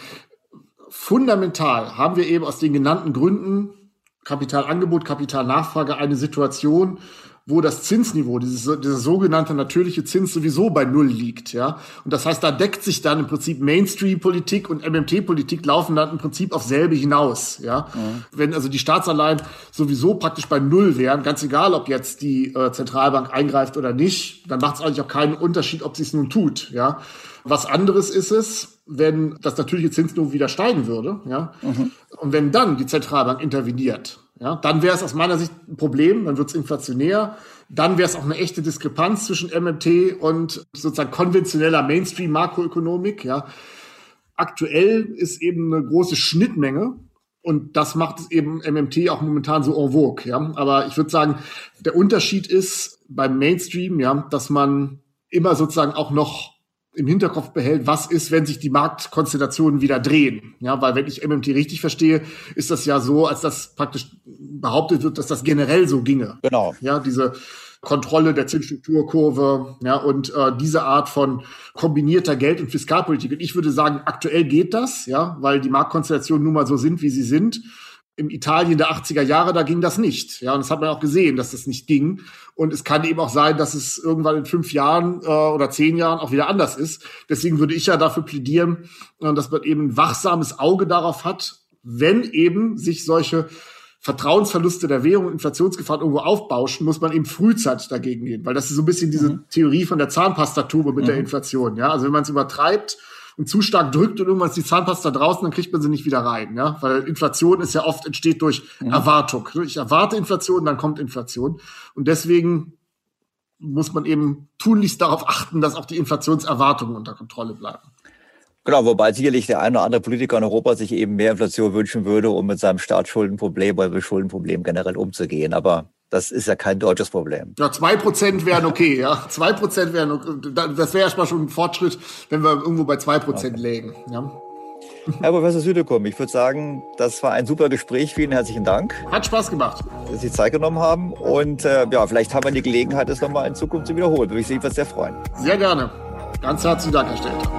fundamental haben wir eben aus den genannten Gründen Kapitalangebot, Kapitalnachfrage eine Situation, wo das Zinsniveau, dieses, dieser sogenannte natürliche Zins sowieso bei Null liegt, ja. Und das heißt, da deckt sich dann im Prinzip Mainstream-Politik und M M T-Politik laufen dann im Prinzip auf selbe hinaus, ja. Mhm. Wenn also die Staatsanleihen sowieso praktisch bei Null wären, ganz egal, ob jetzt die äh, Zentralbank eingreift oder nicht, dann macht es eigentlich auch keinen Unterschied, ob sie es nun tut, ja. Was anderes ist es, wenn das natürliche Zinsniveau wieder steigen würde, ja. Mhm. Und wenn dann die Zentralbank interveniert, ja, dann wäre es aus meiner Sicht ein Problem, dann wird es inflationär, dann wäre es auch eine echte Diskrepanz zwischen M M T und sozusagen konventioneller Mainstream-Makroökonomik. Ja. Aktuell ist eben eine große Schnittmenge und das macht es eben M M T auch momentan so en vogue. Ja. Aber ich würde sagen, der Unterschied ist beim Mainstream, ja, dass man immer sozusagen auch noch im Hinterkopf behält, was ist, wenn sich die Marktkonstellationen wieder drehen. Ja, weil wenn ich M M T richtig verstehe, ist das ja so, als das praktisch behauptet wird, dass das generell so ginge. Genau. Ja, diese Kontrolle der Zinsstrukturkurve, ja, und äh, diese Art von kombinierter Geld- und Fiskalpolitik. Und ich würde sagen, aktuell geht das, ja, weil die Marktkonstellationen nun mal so sind, wie sie sind. Im Italien der achtziger Jahre, da ging das nicht. Ja, und das hat man auch gesehen, dass das nicht ging. Und es kann eben auch sein, dass es irgendwann in fünf Jahren äh, oder zehn Jahren auch wieder anders ist. Deswegen würde ich ja dafür plädieren, äh, dass man eben ein wachsames Auge darauf hat, wenn eben sich solche Vertrauensverluste der Währung und Inflationsgefahren irgendwo aufbauschen, muss man eben frühzeitig dagegen gehen. Weil das ist so ein bisschen diese mhm. Theorie von der Zahnpastatube mit mhm. der Inflation. Ja, also wenn man es übertreibt und zu stark drückt und irgendwann ist die Zahnpasta draußen, dann kriegt man sie nicht wieder rein, ja, weil Inflation ist ja oft entsteht durch mhm. Erwartung. Ich erwarte Inflation, dann kommt Inflation und deswegen muss man eben tunlichst darauf achten, dass auch die Inflationserwartungen unter Kontrolle bleiben. Genau, wobei sicherlich der eine oder andere Politiker in Europa sich eben mehr Inflation wünschen würde, um mit seinem Staatsschuldenproblem oder mit Schuldenproblem generell umzugehen, aber das ist ja kein deutsches Problem. Ja, zwei Prozent wären okay, ja. Zwei Prozent wären okay. Das wäre erstmal schon ein Fortschritt, wenn wir irgendwo bei zwei Prozent okay. lägen. Ja. Herr Professor Südekum, ich würde sagen, das war ein super Gespräch. Vielen herzlichen Dank. Hat Spaß gemacht. Dass Sie Zeit genommen haben. Und äh, ja, vielleicht haben wir die Gelegenheit, das nochmal in Zukunft zu wiederholen. Würde ich Sie jedenfalls sehr freuen. Sehr gerne. Ganz herzlichen Dank, Herr Stelter.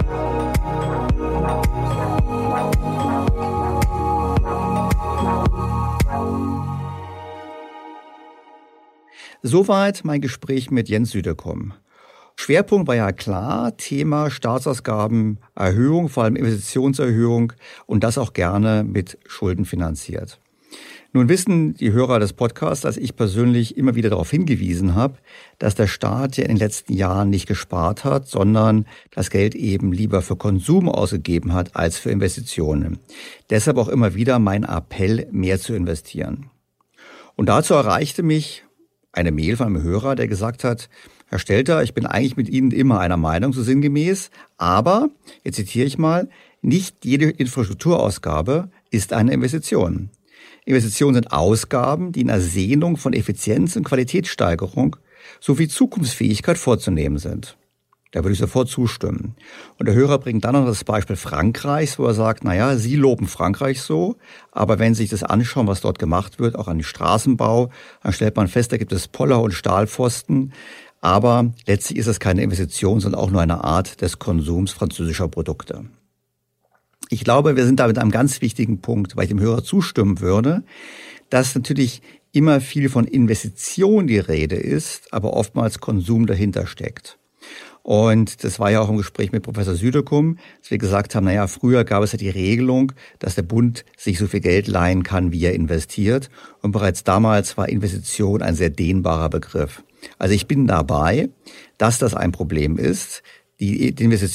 Soweit mein Gespräch mit Jens Südekum. Schwerpunkt war ja klar, Thema Staatsausgaben, Erhöhung, vor allem Investitionserhöhung und das auch gerne mit Schulden finanziert. Nun wissen die Hörer des Podcasts, dass ich persönlich immer wieder darauf hingewiesen habe, dass der Staat ja in den letzten Jahren nicht gespart hat, sondern das Geld eben lieber für Konsum ausgegeben hat als für Investitionen. Deshalb auch immer wieder mein Appell, mehr zu investieren. Und dazu erreichte mich eine Mail von einem Hörer, der gesagt hat, Herr Stelter, ich bin eigentlich mit Ihnen immer einer Meinung, so sinngemäß, aber, jetzt zitiere ich mal, nicht jede Infrastrukturausgabe ist eine Investition. Investitionen sind Ausgaben, die in Ersehnung von Effizienz und Qualitätssteigerung sowie Zukunftsfähigkeit vorzunehmen sind. Da würde ich sofort zustimmen. Und der Hörer bringt dann noch das Beispiel Frankreichs, wo er sagt, naja, Sie loben Frankreich so, aber wenn Sie sich das anschauen, was dort gemacht wird, auch an den Straßenbau, dann stellt man fest, da gibt es Poller und Stahlpfosten, aber letztlich ist es keine Investition, sondern auch nur eine Art des Konsums französischer Produkte. Ich glaube, wir sind da mit einem ganz wichtigen Punkt, weil ich dem Hörer zustimmen würde, dass natürlich immer viel von Investition die Rede ist, aber oftmals Konsum dahinter steckt. Und das war ja auch im Gespräch mit Professor Südekum, dass wir gesagt haben, naja, früher gab es ja die Regelung, dass der Bund sich so viel Geld leihen kann, wie er investiert. Und bereits damals war Investition ein sehr dehnbarer Begriff. Also ich bin dabei, dass das ein Problem ist, die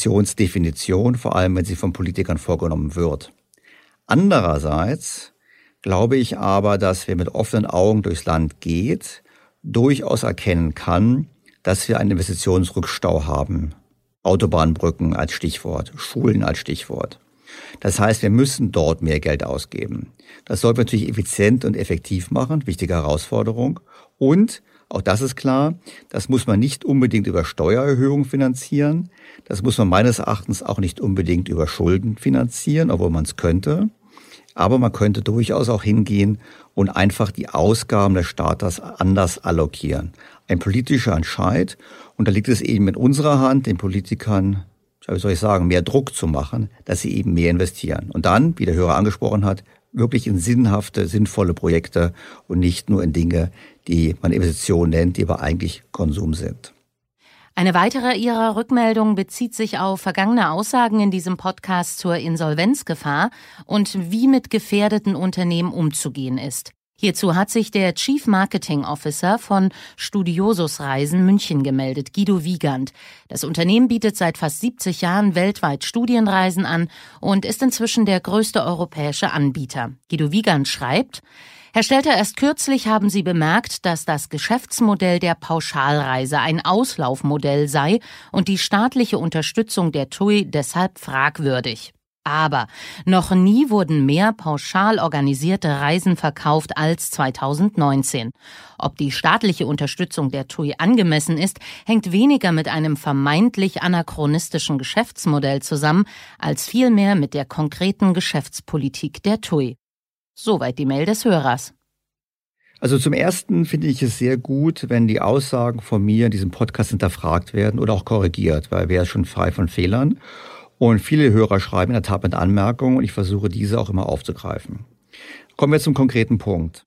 Investitionsdefinition, vor allem wenn sie von Politikern vorgenommen wird. Andererseits glaube ich aber, dass wer mit offenen Augen durchs Land geht, durchaus erkennen kann, dass wir einen Investitionsrückstau haben. Autobahnbrücken als Stichwort, Schulen als Stichwort. Das heißt, wir müssen dort mehr Geld ausgeben. Das sollten wir natürlich effizient und effektiv machen, wichtige Herausforderung. Und, auch das ist klar, das muss man nicht unbedingt über Steuererhöhungen finanzieren. Das muss man meines Erachtens auch nicht unbedingt über Schulden finanzieren, obwohl man es könnte. Aber man könnte durchaus auch hingehen und einfach die Ausgaben des Staates anders allokieren. Ein politischer Entscheid. Und da liegt es eben in unserer Hand, den Politikern, wie soll ich sagen, mehr Druck zu machen, dass sie eben mehr investieren. Und dann, wie der Hörer angesprochen hat, wirklich in sinnhafte, sinnvolle Projekte und nicht nur in Dinge, die man Investitionen nennt, die aber eigentlich Konsum sind. Eine weitere Ihrer Rückmeldungen bezieht sich auf vergangene Aussagen in diesem Podcast zur Insolvenzgefahr und wie mit gefährdeten Unternehmen umzugehen ist. Hierzu hat sich der Chief Marketing Officer von Studiosus Reisen München gemeldet, Guido Wiegand. Das Unternehmen bietet seit fast siebzig Jahren weltweit Studienreisen an und ist inzwischen der größte europäische Anbieter. Guido Wiegand schreibt: Herr Stelter, erst kürzlich haben Sie bemerkt, dass das Geschäftsmodell der Pauschalreise ein Auslaufmodell sei und die staatliche Unterstützung der T U I deshalb fragwürdig. Aber noch nie wurden mehr pauschal organisierte Reisen verkauft als zweitausendneunzehn. Ob die staatliche Unterstützung der T U I angemessen ist, hängt weniger mit einem vermeintlich anachronistischen Geschäftsmodell zusammen, als vielmehr mit der konkreten Geschäftspolitik der T U I. Soweit die Mail des Hörers. Also zum Ersten finde ich es sehr gut, wenn die Aussagen von mir in diesem Podcast hinterfragt werden oder auch korrigiert, weil wer ist schon frei von Fehlern. Und viele Hörer schreiben in der Tat mit Anmerkungen und ich versuche diese auch immer aufzugreifen. Kommen wir zum konkreten Punkt.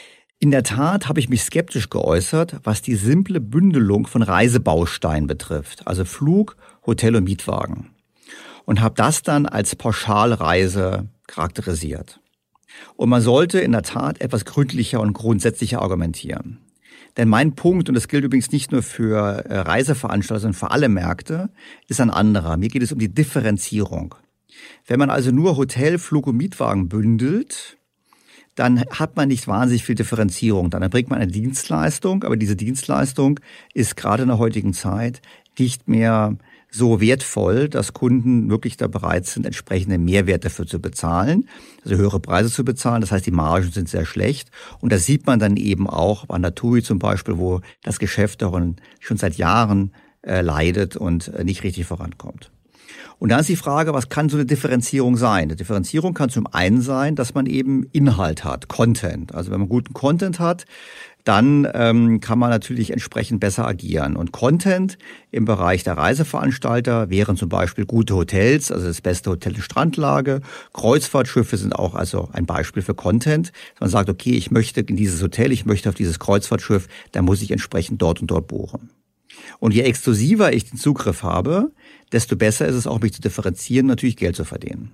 In der Tat habe ich mich skeptisch geäußert, was die simple Bündelung von Reisebausteinen betrifft, also Flug, Hotel und Mietwagen. Und habe das dann als Pauschalreise charakterisiert. Und man sollte in der Tat etwas gründlicher und grundsätzlicher argumentieren. Denn mein Punkt, und das gilt übrigens nicht nur für Reiseveranstalter, sondern für alle Märkte, ist ein anderer. Mir geht es um die Differenzierung. Wenn man also nur Hotel, Flug und Mietwagen bündelt, dann hat man nicht wahnsinnig viel Differenzierung. Dann bringt man eine Dienstleistung, aber diese Dienstleistung ist gerade in der heutigen Zeit nicht mehr so wertvoll, dass Kunden wirklich da bereit sind, entsprechende Mehrwert dafür zu bezahlen, also höhere Preise zu bezahlen. Das heißt, die Margen sind sehr schlecht. Und das sieht man dann eben auch an der T U I zum Beispiel, wo das Geschäft darin schon seit Jahren äh, leidet und äh, nicht richtig vorankommt. Und dann ist die Frage, was kann so eine Differenzierung sein? Eine Differenzierung kann zum einen sein, dass man eben Inhalt hat, Content. Also wenn man guten Content hat, dann ähm, kann man natürlich entsprechend besser agieren. Und Content im Bereich der Reiseveranstalter wären zum Beispiel gute Hotels, also das beste Hotel in Strandlage. Kreuzfahrtschiffe sind auch also ein Beispiel für Content. Man sagt, okay, ich möchte in dieses Hotel, ich möchte auf dieses Kreuzfahrtschiff, dann muss ich entsprechend dort und dort buchen. Und je exklusiver ich den Zugriff habe, desto besser ist es auch, mich zu differenzieren, natürlich Geld zu verdienen.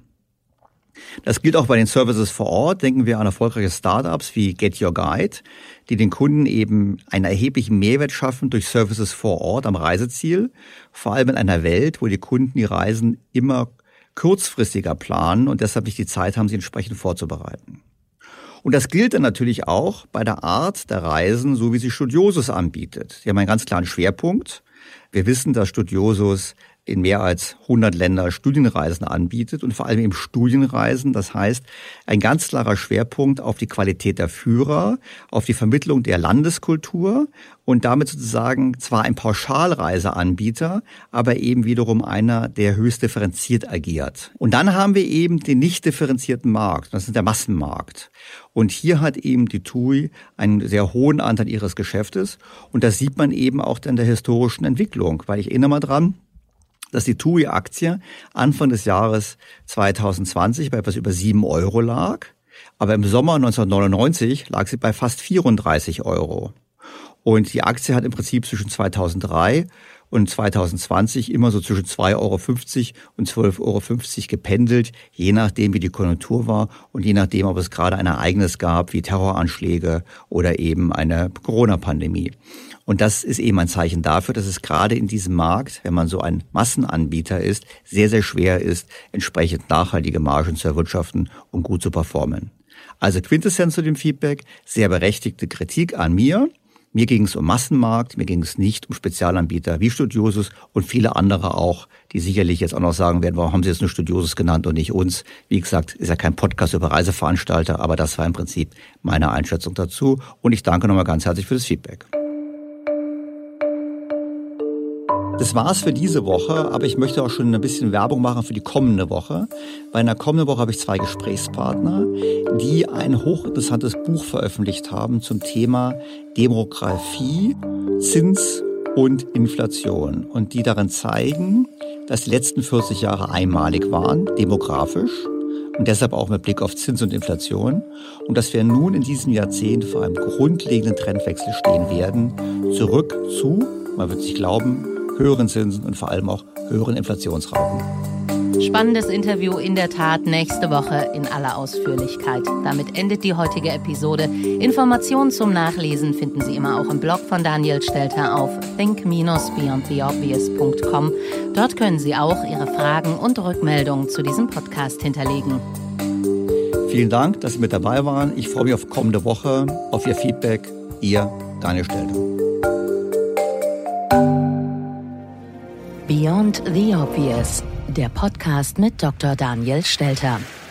Das gilt auch bei den Services vor Ort. Denken wir an erfolgreiche Startups wie Get Your Guide, die den Kunden eben einen erheblichen Mehrwert schaffen durch Services vor Ort am Reiseziel. Vor allem in einer Welt, wo die Kunden die Reisen immer kurzfristiger planen und deshalb nicht die Zeit haben, sie entsprechend vorzubereiten. Und das gilt dann natürlich auch bei der Art der Reisen, so wie sie Studiosus anbietet. Sie haben einen ganz klaren Schwerpunkt. Wir wissen, dass Studiosus in mehr als hundert Länder Studienreisen anbietet und vor allem eben Studienreisen. Das heißt, ein ganz klarer Schwerpunkt auf die Qualität der Führer, auf die Vermittlung der Landeskultur und damit sozusagen zwar ein Pauschalreiseanbieter, aber eben wiederum einer, der höchst differenziert agiert. Und dann haben wir eben den nicht differenzierten Markt. Das ist der Massenmarkt. Und hier hat eben die T U I einen sehr hohen Anteil ihres Geschäftes. Und das sieht man eben auch in der historischen Entwicklung. Weil ich erinnere mal dran, dass die T U I-Aktie Anfang des Jahres zwanzig zwanzig bei etwas über sieben Euro lag. Aber im Sommer neunzehnhundertneunundneunzig lag sie bei fast vierunddreißig Euro. Und die Aktie hat im Prinzip zwischen zweitausenddrei und zwanzig zwanzig immer so zwischen zwei Euro fünfzig und zwölf Euro fünfzig gependelt, je nachdem, wie die Konjunktur war und je nachdem, ob es gerade ein Ereignis gab, wie Terroranschläge oder eben eine Corona-Pandemie. Und das ist eben ein Zeichen dafür, dass es gerade in diesem Markt, wenn man so ein Massenanbieter ist, sehr, sehr schwer ist, entsprechend nachhaltige Margen zu erwirtschaften und gut zu performen. Also Quintessenz zu dem Feedback, sehr berechtigte Kritik an mir. Mir ging es um Massenmarkt, mir ging es nicht um Spezialanbieter wie Studiosus und viele andere auch, die sicherlich jetzt auch noch sagen werden, warum haben sie jetzt nur Studiosus genannt und nicht uns? Wie gesagt, ist ja kein Podcast über Reiseveranstalter, aber das war im Prinzip meine Einschätzung dazu. Und ich danke nochmal ganz herzlich für das Feedback. Das war's für diese Woche, aber ich möchte auch schon ein bisschen Werbung machen für die kommende Woche. Bei einer kommenden Woche habe ich zwei Gesprächspartner, die ein hochinteressantes Buch veröffentlicht haben zum Thema Demografie, Zins und Inflation. Und die darin zeigen, dass die letzten vierzig Jahre einmalig waren, demografisch, und deshalb auch mit Blick auf Zins und Inflation. Und dass wir nun in diesem Jahrzehnt vor einem grundlegenden Trendwechsel stehen werden, zurück zu, man wird es nicht glauben, höheren Zinsen und vor allem auch höheren Inflationsraten. Spannendes Interview in der Tat nächste Woche in aller Ausführlichkeit. Damit endet die heutige Episode. Informationen zum Nachlesen finden Sie immer auch im Blog von Daniel Stelter auf think dash beyond the obvious punkt com. Dort können Sie auch Ihre Fragen und Rückmeldungen zu diesem Podcast hinterlegen. Vielen Dank, dass Sie mit dabei waren. Ich freue mich auf kommende Woche, auf Ihr Feedback. Ihr Daniel Stelter. Beyond the Obvious, der Podcast mit Doktor Daniel Stelter.